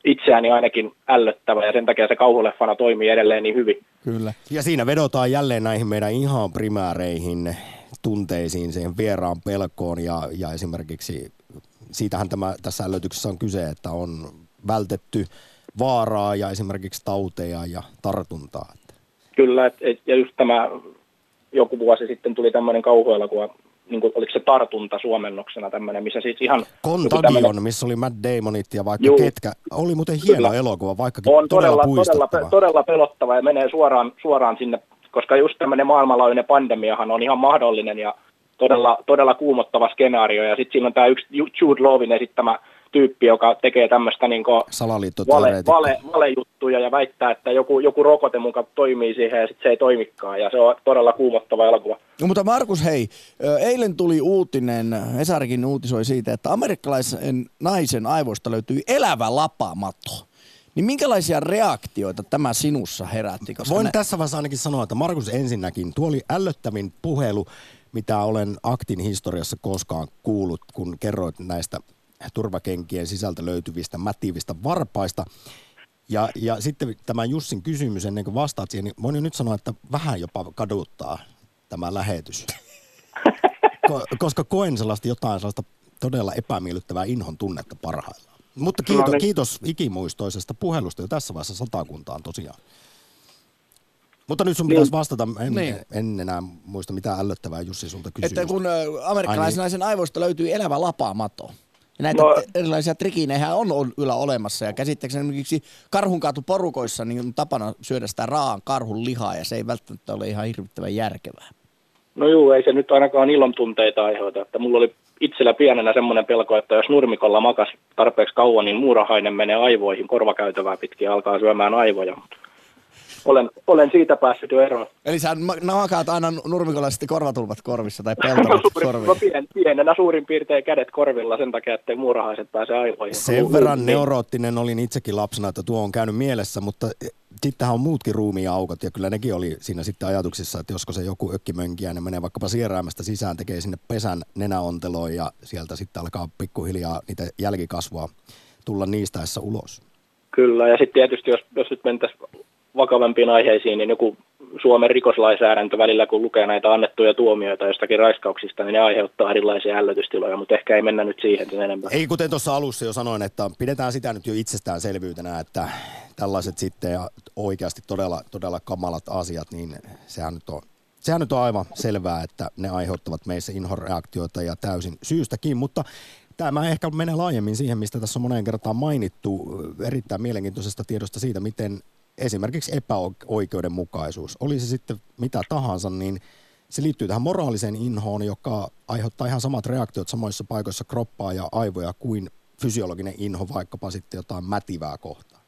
itseäni ainakin ällöttävä ja sen takia se kauhuleffana toimii edelleen niin hyvin. Kyllä. Ja siinä vedotaan jälleen näihin meidän ihan primääreihin tunteisiin, siihen vieraan pelkoon ja, ja esimerkiksi siitähän tämä tässä ällötyksessä on kyse, että on vältetty vaaraa ja esimerkiksi tauteja ja tartuntaa. Kyllä, et, et, ja just tämä joku vuosi sitten tuli tämmöinen kauhuelokuva, niin kuin, oliko se Tartunta suomennoksena tämmöinen, missä siis ihan... Contagion, tämmönen... missä oli Matt Damonit ja vaikka Juu. ketkä. Oli muuten hieno Kyllä. elokuva, vaikkakin on todella, todella puistattava. Todella, todella pelottava ja menee suoraan, suoraan sinne, koska just tämmöinen maailmanlaajuinen pandemiahan on ihan mahdollinen ja todella, todella kuumottava skenaario. Ja sitten siinä on tämä yksi Jude Lawin esittämä tyyppi, joka tekee tämmöistä niin vale, vale, valejuttuja ja väittää, että joku, joku rokote mukaan toimii siihen ja sitten se ei toimikaan. Ja se on todella kuumottava elokuva. No, mutta Markus, hei, eilen tuli uutinen, Hesarikin uutisoi siitä, että amerikkalaisen naisen aivoista löytyi elävä lapamato. Niin minkälaisia reaktioita tämä sinussa herätti? Koska Voin ne... tässä vaiheessa ainakin sanoa, että Markus ensinnäkin, tuo oli ällöttävin puhelu, mitä olen Aktin historiassa koskaan kuullut, kun kerroit näistä turvakenkien sisältä löytyvistä mätiivistä varpaista. Ja, ja sitten tämä Jussin kysymys, ennen kuin vastaat siihen, niin voin jo nyt sanoa, että vähän jopa kaduttaa tämä lähetys. Ko, koska koen sellaista jotain sellaista todella epämiellyttävää inhon tunnetta parhaillaan. Mutta kiitos, no niin. kiitos ikimuistoisesta puhelusta jo tässä vaiheessa satakuntaan tosiaan. Mutta nyt sun pitäisi vastata, en, niin. en enää muista mitä ällöttävää Jussi sulta kysyy. Että kun amerikkalaisen naisen aivoista löytyy elävä lapamato. Ja näitä no. erilaisia trikinejä on, on yllä olemassa ja käsittääkseni esimerkiksi karhunkaatuporukoissa niin on tapana syödä sitä raan karhun lihaa ja se ei välttämättä ole ihan hirvittävän järkevää. No juu, ei se nyt ainakaan ilon tunteita aiheuta. Että mulla oli itsellä pienenä semmoinen pelko, että jos nurmikolla makas tarpeeksi kauan, niin muurahainen menee aivoihin korvakäytävää pitkin ja alkaa syömään aivoja. Olen, olen siitä päässyt jo eroon. Eli sä makaat aina nurmikolla sitten korvatulpat korvissa tai peltolat korvissa? No pien, pienenä suurin piirtein kädet korvilla sen takia, ettei muurahaiset pääse aivoihin. Sen verran neuroottinen olin itsekin lapsena, että tuo on käynyt mielessä, mutta sittenhän on muutkin ruumiinaukot ja kyllä nekin oli siinä sitten ajatuksissa, että josko se joku ökkimönkiäinen menee vaikkapa sieraimästä sisään, tekee sinne pesän nenäonteloon ja sieltä sitten alkaa pikkuhiljaa niitä jälkikasvua tulla niistäessä ulos. Kyllä, ja sitten tietysti jos, jos nyt mentäisiin vakavampiin aiheisiin, niin joku Suomen rikoslainsäädäntö välillä, kun lukee näitä annettuja tuomioita jostakin raiskauksista, niin ne aiheuttaa erilaisia ällötystiloja, mutta ehkä ei mennä nyt siihen sen enempää. Ei, kuten tuossa alussa jo sanoin, että pidetään sitä nyt jo itsestäänselvyytenä, että tällaiset sitten ja oikeasti todella, todella kamalat asiat, niin sehän nyt on, sehän nyt on aivan selvää, että ne aiheuttavat meissä inhoreaktioita ja täysin syystäkin, mutta tämä ehkä menee laajemmin siihen, mistä tässä on moneen kertaan mainittu erittäin mielenkiintoisesta tiedosta siitä, miten esimerkiksi epäoikeudenmukaisuus, oli se sitten mitä tahansa, niin se liittyy tähän moraaliseen inhoon, joka aiheuttaa ihan samat reaktiot samoissa paikoissa kroppaa ja aivoja kuin fysiologinen inho, vaikkapa sitten jotain mätivää kohtaa.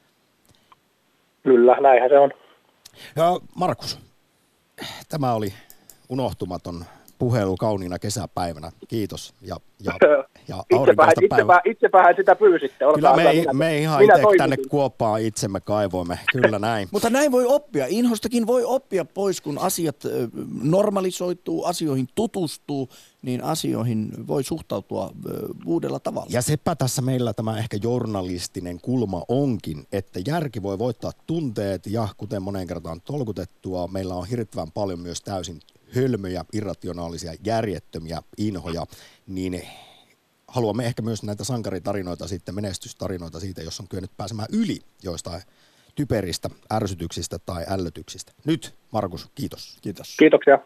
Kyllä, näinhän se on. Ja Markus, tämä oli unohtumaton puhelu kauniina kesäpäivänä. Kiitos. Ja, ja, ja itsepä, itsepä, itsepähän sitä pyysitte. Olkaa Kyllä me, ei, me ei ihan itse tänne kuoppaan itsemme kaivoimme. Kyllä näin. Mutta näin voi oppia. Inhostakin voi oppia pois, kun asiat normalisoituu, asioihin tutustuu, niin asioihin voi suhtautua uudella tavalla. Ja sepä tässä meillä tämä ehkä journalistinen kulma onkin, että järki voi voittaa tunteet ja kuten moneen kertaan tolkutettua, meillä on hirvittävän paljon myös täysin hölmöjä, irrationaalisia, järjettömiä inhoja, niin haluamme ehkä myös näitä sankaritarinoita sitten, menestystarinoita siitä, jos on kyennyt pääsemään yli joistain typeristä ärsytyksistä tai ällötyksistä. Nyt, Markus, kiitos. Kiitos. Kiitoksia.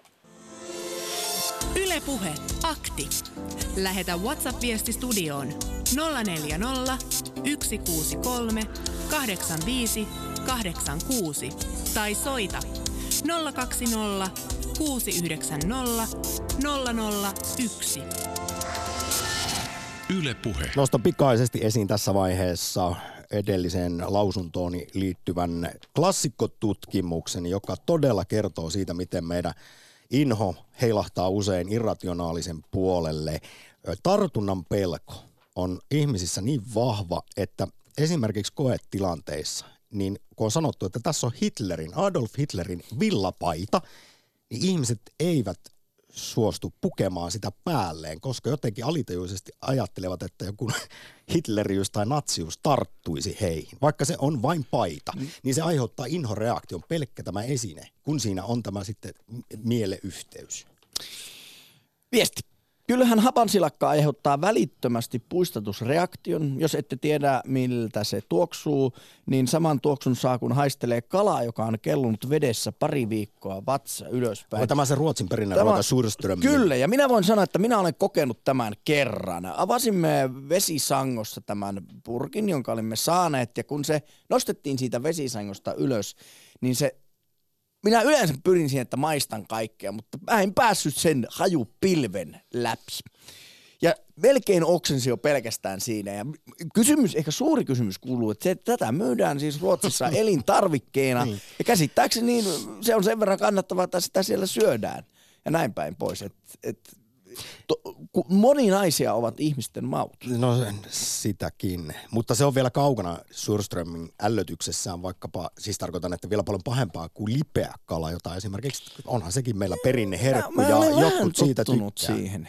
Yle Puhe, akti. Lähetä WhatsApp-viesti studioon nolla neljä nolla, yksi kuusi kolme, kahdeksan viisi, kahdeksan kuusi tai soita nolla kaksi nolla, kuusi yhdeksän nolla, nolla nolla yksi. Yle Puhe. Nostan pikaisesti esiin tässä vaiheessa edelliseen lausuntooni liittyvän klassikkotutkimuksen, joka todella kertoo siitä, miten meidän inho heilahtaa usein irrationaalisen puolelle. Tartunnan pelko on ihmisissä niin vahva, että esimerkiksi koetilanteissa, niin kun on sanottu, että tässä on Hitlerin, Adolf Hitlerin villapaita, niin ihmiset eivät suostu pukemaan sitä päälleen, koska jotenkin alitajuisesti ajattelevat, että joku hitlerius tai natsius tarttuisi heihin. Vaikka se on vain paita, mm. niin se aiheuttaa inhoreaktion pelkkä tämä esine, kun siinä on tämä sitten mieleyhteys. Viesti. Kyllähän hapansilakka aiheuttaa välittömästi puistatusreaktion. Jos ette tiedä, miltä se tuoksuu, niin saman tuoksun saa, kun haistelee kalaa, joka on kellunut vedessä pari viikkoa vatsa ylöspäin. On tämä se Ruotsin perinnön ruoka Surström. Kyllä, ja minä voin sanoa, että minä olen kokenut tämän kerran. Avasimme vesisangossa tämän purkin, jonka olimme saaneet, ja kun se nostettiin siitä vesisangosta ylös, niin se minä yleensä pyrin siihen, että maistan kaikkea, mutta mä en päässyt sen hajupilven läpi. Ja melkein oksensi jo pelkästään siinä. Ja kysymys, ehkä suuri kysymys kuuluu, että, se, että tätä myydään siis Ruotsissa elintarvikkeena. Niin. Ja käsittääkseni niin se on sen verran kannattavaa, että sitä siellä syödään. Ja näin päin pois. Et, et, to, moninaisia ovat ihmisten maut. No sitäkin. Mutta se on vielä kaukana Surströmin ällötyksessään vaikkapa, siis tarkoitan, että vielä paljon pahempaa kuin lipeä kala, jota esimerkiksi onhan sekin meillä perinneherkku mä, mä ja jotkut siitä tykkää. Siihen.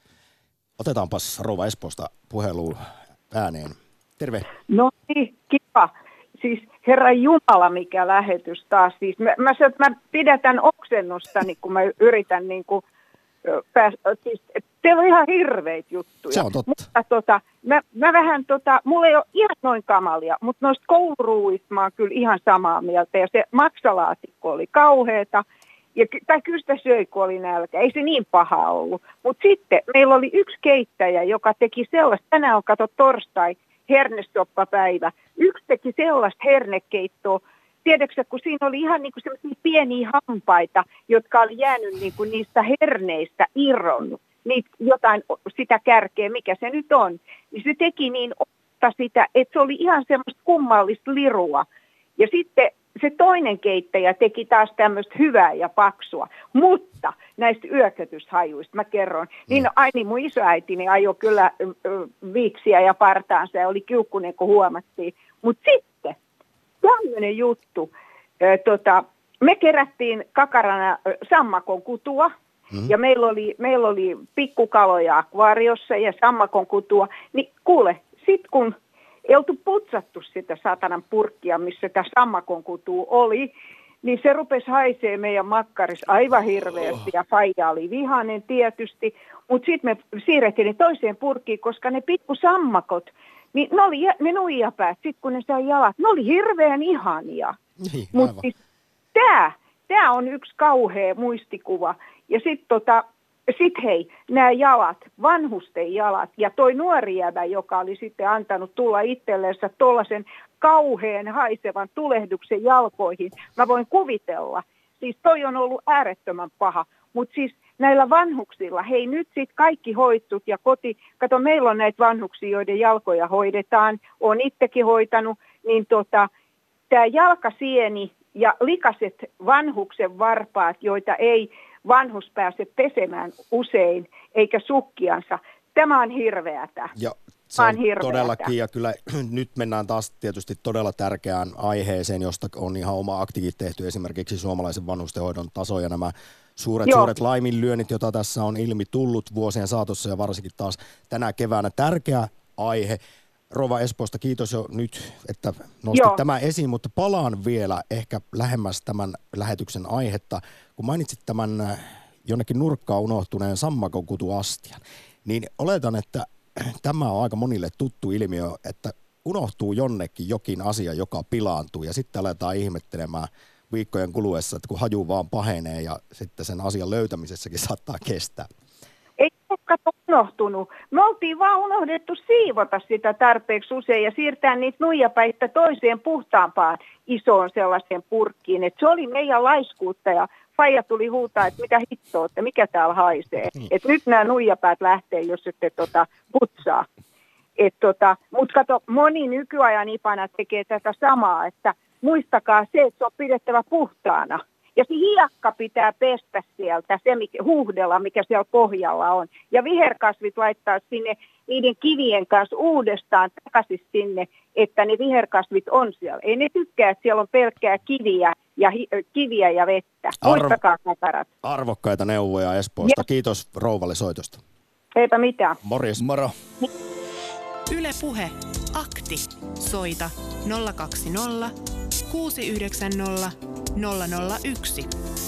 Otetaanpas rouva Espoosta puheluun ääneen. Terve. No niin, kiva. Siis Herra Jumala, mikä lähetys taas. Siis mä, mä, mä pidätän oksennustani, kun mä yritän niin kuin pääs, siis, teillä on ihan hirveitä juttuja. Se on totta. Mutta tota, mä, mä vähän tota, mulla ei ole ihan noin kamalia, mutta noista kouluruuista mä oon kyllä ihan samaa mieltä. Ja se maksalaatikko oli kauheata. Ja, tai kyllä sitä söi, kun oli nälkä. Ei se niin paha ollut. Mutta sitten meillä oli yksi keittäjä, joka teki sellaista, tänään on kato torstai, hernestoppapäivä. Yksi teki sellaista hernekeittoa. Tiedätkö, kun siinä oli ihan niin kuin sellaisia pieniä hampaita, jotka oli jäänyt niin kuin niistä herneistä irronnut. Niitä jotain, sitä kärkeä, mikä se nyt on. Niin se teki niin otta sitä, että se oli ihan semmoista kummallista lirua. Ja sitten se toinen keittäjä teki taas tämmöistä hyvää ja paksua, mutta näistä yökötyshajuista mä kerron. Niin no, aini mun isoäitini ajoi kyllä viiksiä ja partaansa ja oli kiukkunen, kun huomattiin. Mutta sitten tämmöinen juttu, ö, tota, me kerättiin kakarana ö, sammakon kutua. Mm-hmm. Ja meillä oli, meillä oli pikkukaloja akvaariossa ja sammakon kutua. Niin kuule, sit kun ei oltu putsattu sitä satanan purkkia, missä tämä sammakon kutu oli, niin se rupesi haisee meidän makkaris aivan hirveästi ja faija oli vihainen tietysti. Mutta sitten me siirrettiin ne toiseen purkkiin, koska ne pikkusammakot, niin ne oli ne nuijapäät, sitten kun ne sai jalat, ne oli hirveän ihania. Niin, mutta siis tämä, tämä on yksi kauhea muistikuva. Ja sitten tota, sit hei, nämä jalat, vanhusten jalat ja toi nuori jäbä, joka oli sitten antanut tulla itsellensä tuollaisen kauhean haisevan tulehduksen jalkoihin. Mä voin kuvitella. Siis toi on ollut äärettömän paha. Mutta siis näillä vanhuksilla, hei nyt sitten kaikki hoitut ja koti, kato meillä on näitä vanhuksia, joiden jalkoja hoidetaan, on itsekin hoitanut, niin tota, tämä jalkasieni ja likaset vanhuksen varpaat, joita ei vanhus pääse pesemään usein, eikä sukkiansa. Tämä on hirveätä. Ja se on todellakin, ja kyllä nyt mennään taas tietysti todella tärkeään aiheeseen, josta on ihan oma aktiivit tehty, esimerkiksi suomalaisen vanhustenhoidon taso ja nämä suuret, Joo. suuret laiminlyönnit, joita tässä on ilmi tullut vuosien saatossa ja varsinkin taas tänä keväänä tärkeä aihe. Rouva Espoosta, kiitos jo nyt, että nostit Joo. tämän esiin, mutta palaan vielä ehkä lähemmäs tämän lähetyksen aihetta. Kun mainitsit tämän jonnekin nurkkaan unohtuneen sammakonkutuastian, niin oletan, että tämä on aika monille tuttu ilmiö, että unohtuu jonnekin jokin asia, joka pilaantuu ja sitten aletaan ihmettelemään viikkojen kuluessa, että kun haju vaan pahenee ja sitten sen asian löytämisessäkin saattaa kestää. Ei ole unohtunut. Me oltiin vaan unohdettu siivota sitä tarpeeksi usein ja siirtää niitä nuijapäitä toiseen puhtaampaan isoon sellaiseen purkkiin. Et se oli meidän laiskuutta ja faija tuli huutaa, että mitä hittoa, että mikä täällä haisee. Että nyt nämä nuijapäät lähtee, jos ette tota, putsaa. Tota, mutta kato, moni nykyajan ipana tekee tätä samaa, että muistakaa se, että se on pidettävä puhtaana. Ja se hiekka pitää pestä sieltä, se mikä, huuhdella, mikä siellä pohjalla on. Ja viherkasvit laittaa sinne niiden kivien kanssa uudestaan takaisin sinne, että ne viherkasvit on siellä. Ei ne tykkää, että siellä on pelkkää kiviä ja, hi, kiviä ja vettä. Muistakaa kakarat. Arvokkaita neuvoja Espoosta. Ja. Kiitos rouvalle soitosta. Eipä mitään. Morjes. Moro. Yle Puhe. Akti. Soita nolla kaksi nolla kuusi yhdeksän nolla nolla nolla yksi.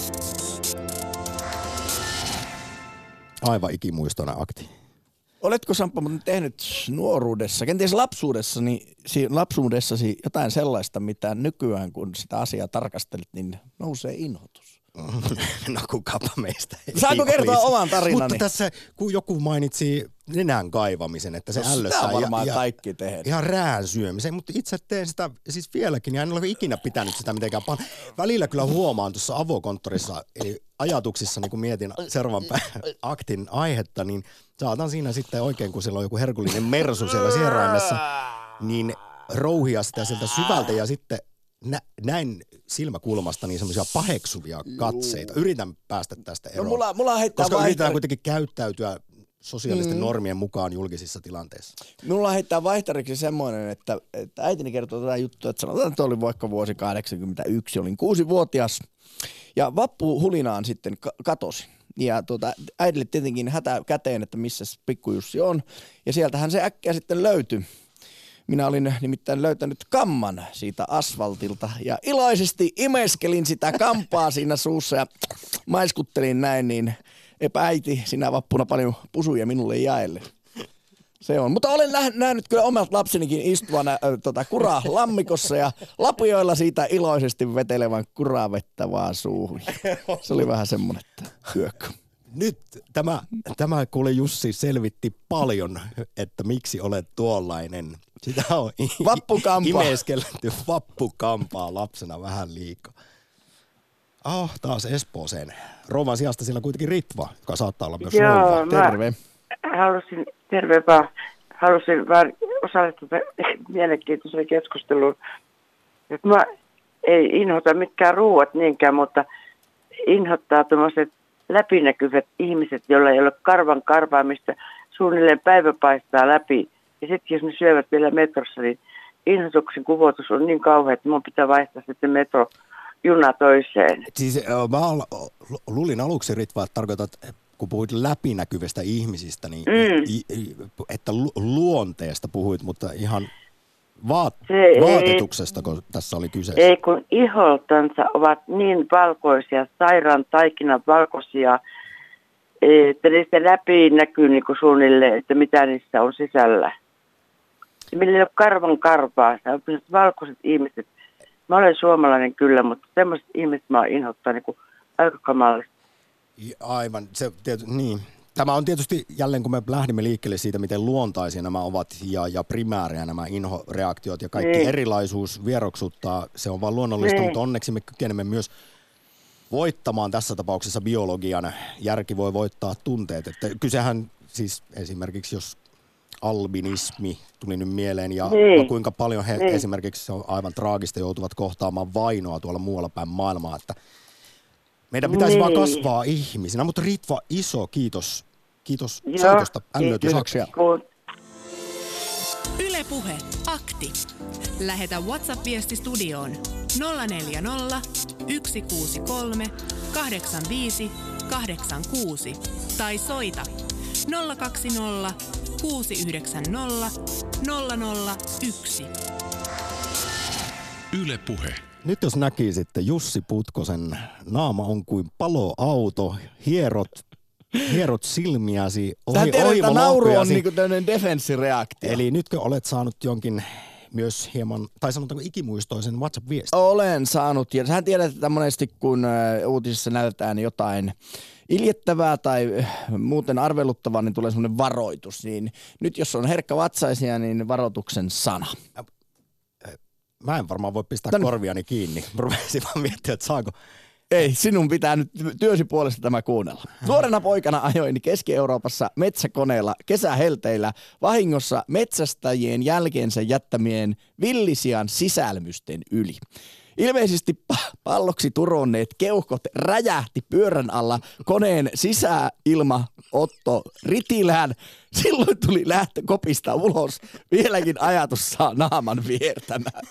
Aivan ikimuistoinen akti. Oletko Samppa tehnyt nuoruudessa, kenties lapsuudessasi, lapsuudessasi jotain sellaista, mitä nykyään kun sitä asiaa tarkastelet, niin nousee inhotus? No kukapa meistä ei Saanko kertoa olisi. oman tarinani? Mutta tässä, kun joku mainitsi nenän kaivamisen, että se no, ällöttää. Sitä varmaan ja, kaikki tehdään. Ihan rään syömisen, mutta itse teen sitä siis vieläkin, ja en ole ikinä pitänyt sitä mitenkään. Välillä kyllä huomaan tuossa avokonttorissa, eli ajatuksissa, niin kun mietin seuraavan aktin aihetta, niin saatan siinä sitten oikein, kun siellä on joku herkullinen mersu siellä sieraimessa, niin rouhia sitä sieltä syvältä ja sitten nä, näin silmäkulmasta niin semmoisia paheksuvia katseita. Yritän päästä tästä eroon. No mulla, mulla heittää koska vaihtari... yritetään kuitenkin käyttäytyä sosiaalisten mm. normien mukaan julkisissa tilanteissa. Mulla heittää vaihtariksi semmoinen, että, että äitini kertoo tätä juttua, että sanotaan, että oli vaikka vuosi kahdeksankymmentäyksi, olin kuusivuotias ja vappuhulinaan sitten katosin. Ja tuota, äidille tietenkin hätä käteen, että missä pikkujussi on. Ja sieltähän se äkkiä sitten löytyi. Minä olin nimittäin löytänyt kamman siitä asfaltilta ja iloisesti imeskelin sitä kampaa siinä suussa ja maiskuttelin näin, niin epä äiti sinä vappuna paljon pusuja minulle jaelle. Se on. Mutta olen nä- nähnyt kyllä omat lapsenikin istuvan äh, tota, kuraa lammikossa ja lapioilla siitä iloisesti vetelevän kuravettä vaan suuhun. Se oli vähän semmoinen, että hyökkö. Nyt tämä, tämä kuule Jussi selvitti paljon, että miksi olet tuollainen. Sitä on Vappukampa. imeskelletty vappukampaa lapsena vähän liikaa. Oh, taas Espooseen. Rouvan sijasta siellä kuitenkin Ritva, joka saattaa olla myös rouva. Terve. Halusin, terve vaan. Halusin vaan osallistua mielenkiintoiseen keskusteluun. Että mä ei inhota mitkään ruuat niinkään, mutta inhottaa tuommoiset läpinäkyvät ihmiset, joilla ei ole karvan karvaamista, suunnilleen päivä paistaa läpi. Ja sitten jos ne syövät vielä metrossa, niin inhotuksen kuvotus on niin kauhea, että mun pitää vaihtaa sitten metro juna toiseen. Siis mä luulin aluksi, Ritva, että tarkoitat, kun puhuit läpinäkyvistä ihmisistä, niin mm. että luonteesta puhuit, mutta ihan vaat, vaatetuksesta, kun tässä oli kyseessä. Ei, kun iholtansa ovat niin valkoisia, sairaan taikinan valkoisia, että niistä läpi näkyy niin kuin suunnilleen, että mitä niissä on sisällä. Ja millä ei ole karvan karvaa, se on valkoiset ihmiset. Mä olen suomalainen kyllä, mutta semmoiset ihmiset mä oon inhottaa niin kuin aika kamalista. Aivan, se tiety, niin. Tämä on tietysti jälleen, kun me lähdimme liikkeelle siitä, miten luontaisia nämä ovat ja, ja primäärejä nämä inhoreaktiot ja kaikki niin. Erilaisuus vieroksuttaa, se on vaan luonnollista, niin. Mutta onneksi me kykenemme myös voittamaan tässä tapauksessa biologian. Järki voi voittaa tunteet. Että kysehän siis esimerkiksi, jos albinismi tuli nyt mieleen ja niin. no kuinka paljon he niin. esimerkiksi se on aivan traagista joutuvat kohtaamaan vainoa tuolla muualla päin maailmaa, että meidän pitäisi niin. vaan kasvaa ihmisinä, mutta Ritva, iso kiitos. Kiitos soitosta. Kiitoksia. Yle Puhe. Akti. Lähetä WhatsApp-viesti studioon nolla neljä nolla, yksi kuusi kolme, kahdeksan viisi, kahdeksan kuusi tai soita nolla kaksi nolla, kuusi yhdeksän nolla, nolla nolla yksi. Yle Puhe. Nyt jos näkisitte Jussi Putkosen, naama on kuin paloauto, hierot, hierot silmiäsi, ohi, ohiva nauru on niinku tämmöinen defenssireaktio. Eli nytkö olet saanut jonkin myös hieman, tai sanotaanko ikimuistoisen WhatsApp-viestin? Olen saanut, ja sähän tiedät, että monesti kun uutisissa näytetään jotain iljettävää tai muuten arveluttavaa, niin tulee semmoinen varoitus. Niin nyt jos on herkkä vatsaisia, niin varoituksen sana. Mä en varmaan voi pistää Tän... korviani kiinni. Rupesin vaan miettiä, että saako... Ei, sinun pitää nyt työsi puolesta tämä kuunnella. Nuorena poikana ajoin Keski-Euroopassa metsäkoneella kesähelteillä vahingossa metsästäjien jälkeensä jättämien villisian sisälmysten yli. ilmeisesti pa- palloksi turonneet keuhkot räjähti pyörän alla koneen sisäilmaotto ritilään. Silloin tuli lähtökopista ulos. Vieläkin ajatus saa naaman viertämään.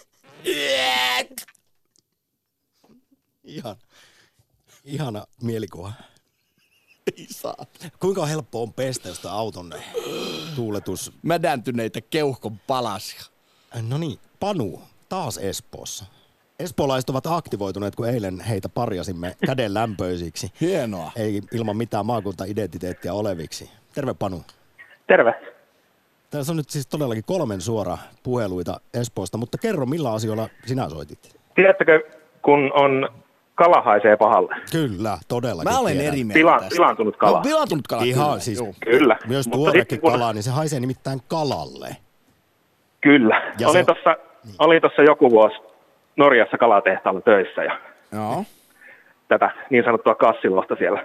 Ihan, ihana mielikuva. Ei saa. Kuinka helppo on pestä josta auton tuuletus? Mädäntyneitä keuhkon palasia. No niin, Panu, taas Espoossa. Espoolaiset ovat aktivoituneet, kun eilen heitä parjasimme käden lämpöisiksi. Hienoa. Ei ilman mitään maakunta-identiteettiä oleviksi. Terve Panu. Terve. Tässä on nyt siis todellakin kolmen suora puheluita Espoosta, mutta kerro, millä asioilla sinä soitit? Tiedättekö, kun on kala haisee pahalle? Kyllä, todellakin Mä olen tiedän. eri mieltä Pila, tästä. pilaantunut kala. No, pilaantunut kala. Ihan kyllä. siis, Joo. Kyllä. myös Mutta tuorekin sitten kun- kalaa, niin se haisee nimittäin kalalle. Kyllä. Ja olin se- tuossa olin tuossa joku vuosi Norjassa kalatehtaalla töissä ja Joo. tätä niin sanottua kassilohta siellä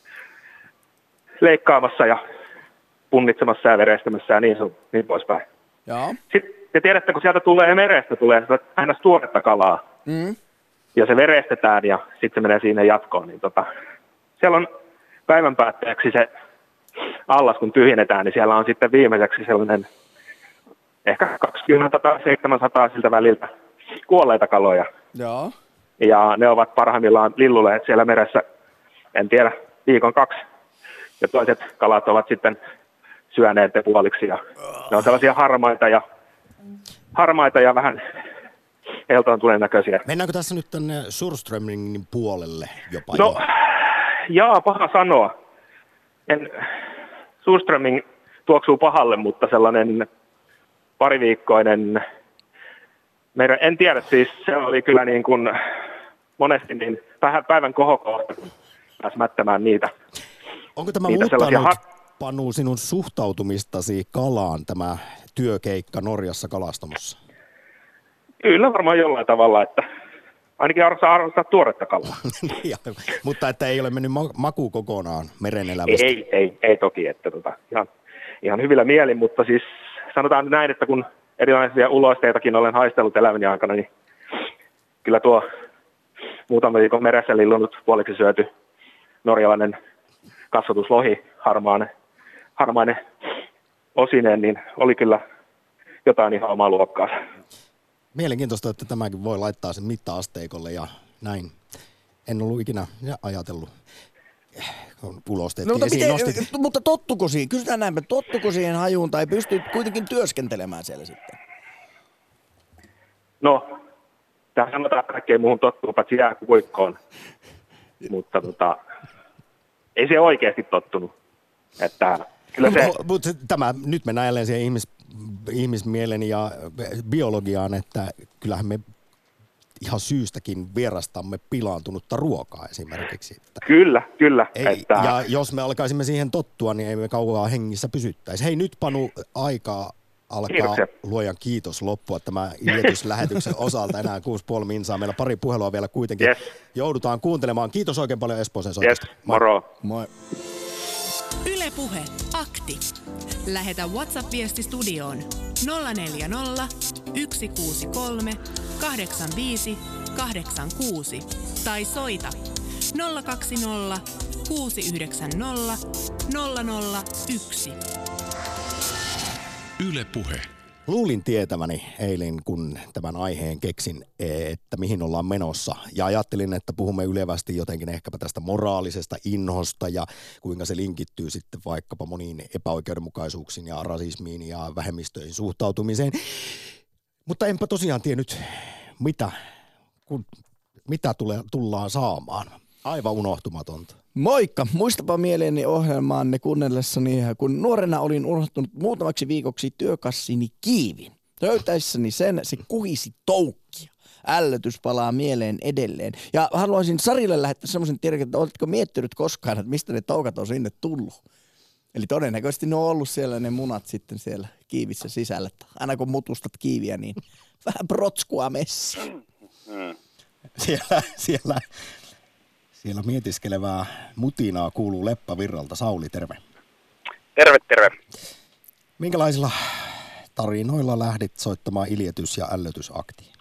leikkaamassa ja punnitsemassa ja verestämässä ja niin, sun, niin poispäin. Joo. Sitten te tiedätte, kun sieltä tulee merestä, tulee sitä aina tuoretta kalaa Mm. ja se verestetään ja sitten se menee siinä jatkoon, niin tota, siellä on päivän päätteeksi se allas, kun tyhjennetään, niin siellä on sitten viimeiseksi sellainen ehkä kaksikymmentä tai seitsemänsataa siltä väliltä kuolleita kaloja. Joo. Ja ne ovat parhaimmillaan lilluleet siellä meressä, en tiedä, viikon kaksi. Ja toiset kalat ovat sitten syöneet ne puoliksi. Ja ne on sellaisia harmaita ja, harmaita ja vähän heltoontuneen näköisiä. Mennäänkö tässä nyt tänne surströmmingin puolelle jopa No, jo? jaa, paha sanoa. En, surströmming tuoksuu pahalle, mutta sellainen pariviikkoinen, meidän, en tiedä siis, se oli kyllä niin kuin monesti niin päivän kohokohta, kun pääsi mättämään niitä. Onko tämä niitä muuttanut, sellaisia har- Panu, sinun suhtautumistasi kalaan, tämä työkeikka Norjassa kalastamossa? Kyllä varmaan jollain tavalla, että ainakin arvostaa, arvostaa tuoretta kalaa. Ja, mutta että ei ole mennyt ma- maku kokonaan meren elämästä. Ei, ei, ei toki, että tota, ihan, ihan hyvillä mielin, mutta siis sanotaan nyt näin, että kun erilaisia ulosteitakin olen haistellut elämäni aikana, niin kyllä tuo muutama viikon meressä lillunut puoliksi syöty norjalainen kasvatuslohi, harmainen, harmainen osineen, niin oli kyllä jotain ihan omaa luokkaa. Mielenkiintoista, että tämäkin voi laittaa sen mitta-asteikolle ja näin. En ollut ikinä ajatellut. Ulosteetkin No, mutta, esiin miten, nostit. mutta tottuko siihen, kysytään näinpä, tottuko siihen hajuun tai pystyt kuitenkin työskentelemään siellä sitten? No, tähän sanotaan, että kaikkeen muuhun tottuu, paitsi jääkuikkoon. Mutta tota, ei se oikeasti tottunut. Että kyllä se... No, mutta tämä, nyt mennään jälleen siihen ihmis, ihmismielen ja biologiaan, että kyllähän me ihan syystäkin vierastamme pilaantunutta ruokaa esimerkiksi. Että Kyllä, kyllä. ei, Että... Ja jos me alkaisimme siihen tottua, niin ei me kauan hengissä pysyttäisi. Hei, nyt Panu, aikaa alkaa, Kiitoksia. luojan kiitos, loppua tämä iljetyslähetyksen osalta. Enää kuusi puoli minsaa. Meillä pari puhelua vielä kuitenkin Yes. joudutaan kuuntelemaan. Kiitos oikein paljon Espooseen soitosta. Yes, moro. Moi. Yle Puhe, akti. Lähetä WhatsApp-viesti studioon nolla neljä nolla, yksi kuusi kolme, kahdeksan viisi, kahdeksan kuusi tai soita nolla kaksi nolla, kuusi yhdeksän nolla, nolla nolla yksi. Yle Puhe. Luulin tietäväni eilen, kun tämän aiheen keksin, että mihin ollaan menossa. Ja ajattelin, että puhumme ylevästi jotenkin ehkäpä tästä moraalisesta inhosta ja kuinka se linkittyy sitten vaikkapa moniin epäoikeudenmukaisuuksiin ja rasismiin ja vähemmistöihin suhtautumiseen. Mutta enpä tosiaan tiennyt, mitä, kun, mitä tule, tullaan saamaan. Aivan unohtumatonta. Moikka! Muistapa mieleeni ohjelmaanne kuunnellessani, kun nuorena olin unohtunut muutamaksi viikoksi työkassini kiivin. Löytäessäni sen, se kuhisi toukkia. Ällötys palaa mieleen edelleen. Ja haluaisin Sarille lähettää semmoisen tiedon, että oletko miettinyt koskaan, että mistä ne toukat on sinne tullut? Eli todennäköisesti ne on ollut siellä ne munat sitten siellä kiivissä sisällä. Aina kun mutustat kiiviä, niin vähän protskua messiin. Siellä, siellä, siellä mietiskelevää mutinaa kuuluu Leppävirralta. Sauli, terve. Terve, terve. Minkälaisilla tarinoilla lähdit soittamaan iljetys- ja ällötysaktiin?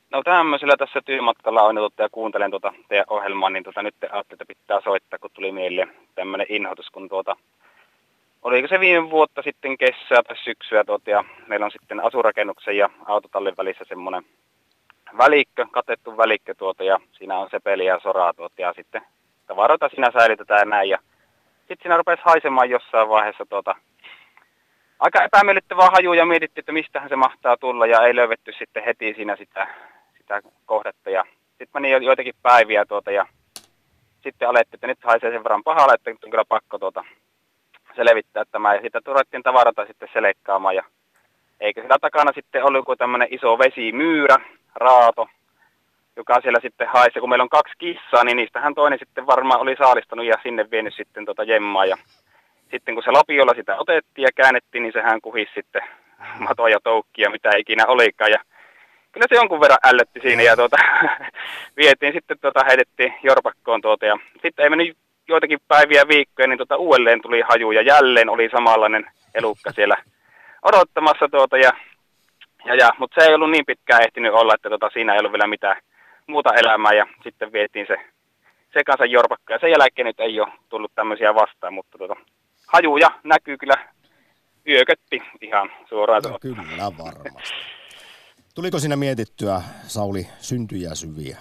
No tämmöisellä tässä työmatkalla on tuota, ja kuuntelen tuota teidän ohjelmaa, niin tuota, nyt ajattelin, että pitää soittaa, kun tuli mieleen tämmöinen inhotus, kun tuota, oliko se viime vuotta sitten kesää tai syksyä tuota, ja meillä on sitten asurakennuksen ja autotallin välissä semmoinen välikkö, katettu välikkö tuota, ja siinä on sepeli ja soraa tuota, ja sitten tavaroita siinä säilytetään ja näin, ja sitten siinä rupesi haisemaan jossain vaiheessa tuota, aika epämiellyttävää haju ja mietittiin, että mistähän se mahtaa tulla ja ei löydetty sitten heti siinä sitä, sitä kohdetta. Ja sitten meni jo, joitakin päiviä tuota ja sitten alettiin, että nyt haisee sen verran pahalle, että nyt on kyllä pakko tuota selvittää tämä. Ja sitten ruvettiin tavarata sitten selekkaamaan ja eikö sillä takana sitten ollut joku tämmöinen iso vesimyyrä, raato, joka siellä sitten haisi. Kun meillä on kaksi kissaa, niin niistähän toinen sitten varmaan oli saalistanut ja sinne vienyt sitten tuota jemmaa ja sitten kun se lapiolla sitä otettiin ja käännettiin, niin sehän kuhisi sitten matoja, toukkia, mitä ikinä olikaan. Ja kyllä se jonkun verran ällötti siinä ja tuota, vietiin sitten, tuota, heitettiin jorpakkoon tuota. Ja sitten ei mennyt joitakin päiviä viikkoja, niin tuota, uudelleen tuli haju ja jälleen oli samanlainen elukka siellä odottamassa. Tuota, ja, ja, ja, mutta se ei ollut niin pitkään ehtinyt olla, että tuota, siinä ei ollut vielä mitään muuta elämää ja sitten vietiin se, se kanssa jorpakko. Ja sen jälkeen nyt ei ole tullut tämmöisiä vastaan, mutta tuota, hajuja näkyy kyllä yökötti ihan suoraan. No, kyllä varmasti. Tuliko siinä mietittyä, Sauli, syntyjä syviä?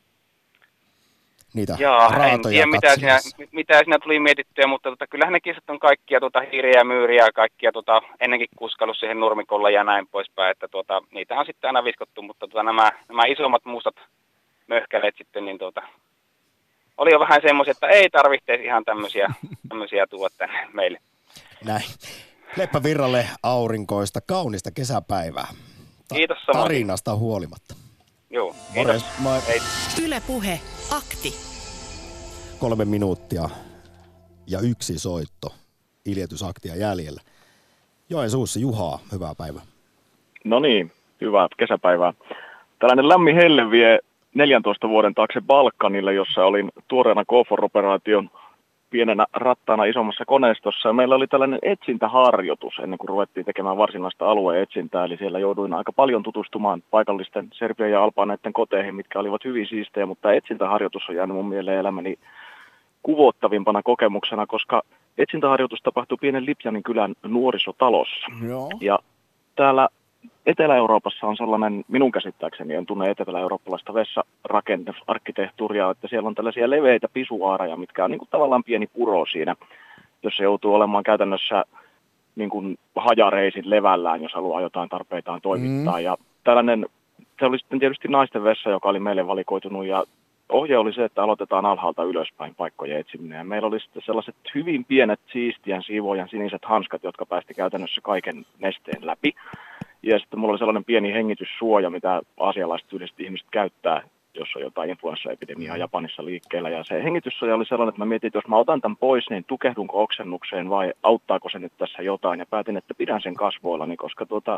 Niitä Jaa, raatoja en tiedä mitä siinä, mitä siinä tuli mietittyä, mutta tota, kyllähän ne kissat on kaikkia tota, hiiriä ja myyriä ja kaikkia tota, ennenkin kuskallut siihen nurmikolla ja näin poispäin. Että, tota, niitä on sitten aina viskottu, mutta tota, nämä, nämä isommat mustat möhkäleet sitten, niin tota, oli jo vähän semmoisia, että ei tarvitse ihan tämmöisiä, tämmöisiä tuoda tänne meille. Näin. Leppä Virralle aurinkoista, kaunista kesäpäivää. Ta- Kiitos samoin. Tarinasta huolimatta. Joo, kiitos. Moi. Yle Puhe, akti. Kolme minuuttia ja yksi soitto. Iljetysaktia jäljellä. Joensuussa Juhaa, hyvää päivää. No niin, hyvää kesäpäivää. Tällainen lämmin helle vie neljäntoista vuoden taakse Balkanille, jossa olin tuoreena KFOR-operaation pienenä rattaana isommassa koneistossa. Ja meillä oli tällainen etsintäharjoitus ennen kuin ruvettiin tekemään varsinaista alueen etsintää. Eli siellä jouduin aika paljon tutustumaan paikallisten Serbian ja Albaneiden koteihin, mitkä olivat hyvin siistejä. Mutta etsintäharjoitus on jäänyt mun mieleen elämäni kuvottavimpana kokemuksena, koska etsintäharjoitus tapahtui pienen Lipjanin kylän nuorisotalossa. Joo. Ja täällä Etelä-Euroopassa on sellainen, minun käsittääkseni, en tunne etelä-eurooppalaista vessarakennusarkkitehtuuria, että siellä on tällaisia leveitä pisuaareja, mitkä on niin kuin tavallaan pieni puro siinä, jossa joutuu olemaan käytännössä niin kuin hajareisin levällään, jos haluaa jotain tarpeitaan toimittaa. Mm. Ja tällainen, se oli sitten tietysti naisten vessa, joka oli meille valikoitunut, ja ohje oli se, että aloitetaan alhaalta ylöspäin paikkojen etsiminen. Ja meillä oli sitten sellaiset hyvin pienet siistien siivojan siniset hanskat, jotka päästi käytännössä kaiken nesteen läpi. Ja sitten mulla oli sellainen pieni hengityssuoja, mitä aasialaiset yleisesti ihmiset käyttää, jos on jotain influenssaepidemiaa Japanissa liikkeellä. Ja se hengityssuoja oli sellainen, että mä mietin, että jos mä otan tämän pois, niin tukehdunko oksennukseen vai auttaako se nyt tässä jotain. Ja päätin, että pidän sen kasvoillani, koska tuota,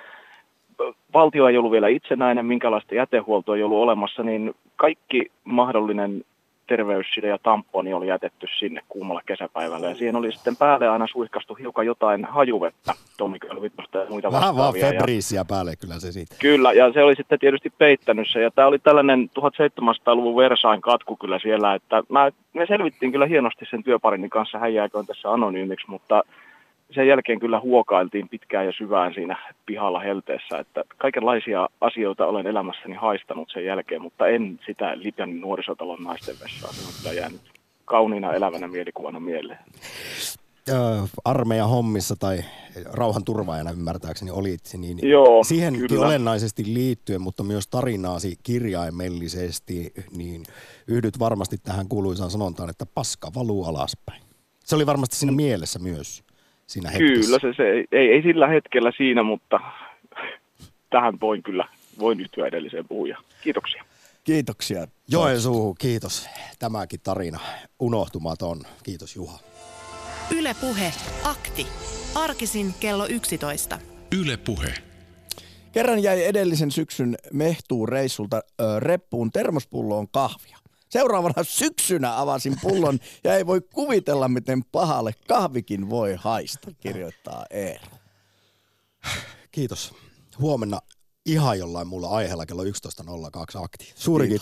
valtio ei ollut vielä itsenäinen, minkälaista jätehuoltoa ei ollut olemassa, niin kaikki mahdollinen terveysside ja tamponi oli jätetty sinne kuumalla kesäpäivällä. Ja siihen oli sitten päälle aina suihkastu hiukan jotain hajuvettä, tomikölvittosta ja muita vastaavia. Vähän vaan febriisiä päälle kyllä se siitä. Kyllä, ja se oli sitten tietysti peittänyt se. Ja tämä oli tällainen tuhatseitsemänsataaluvun Versain katku kyllä siellä, että mä, me selvittiin kyllä hienosti sen työparini kanssa, hän jääköön tässä anonyymiksi, mutta sen jälkeen kyllä huokailtiin pitkään ja syvään siinä pihalla helteessä, että kaikenlaisia asioita olen elämässäni haistanut sen jälkeen, mutta en sitä Lipjanin nuorisotalon naisten vessaa. Se on jäänyt kauniina elävänä mielikuvana mieleen. Öö, armeijan hommissa tai rauhanturvaajana ymmärtääkseni olit, niin joo, siihenkin kyllä. Olennaisesti liittyen, mutta myös tarinaasi kirjaimellisesti, niin yhdyt varmasti tähän kuuluisaan sanontaan, että paska valuu alaspäin. Se oli varmasti siinä mielessä myös. Siinä kyllä, se, se ei, ei sillä hetkellä siinä, mutta tähän voin kyllä, voin yhtyä edelliseen puhujaan. Kiitoksia. Kiitoksia. Joensuuhun, kiitos. Tämäkin tarina unohtumaton. Kiitos Juha. Yle Puhe, akti. Arkisin kello yksitoista. Yle Puhe. Kerran jäi edellisen syksyn mehtuureissulta ö, reppuun termospulloon kahvia. Seuraavana syksynä avasin pullon ja ei voi kuvitella, miten pahalle kahvikin voi haista, kirjoittaa Eero. Kiitos. Huomenna ihan jollain muulla aiheella kello yksitoista nolla kaksi akti. Suuri kiitos.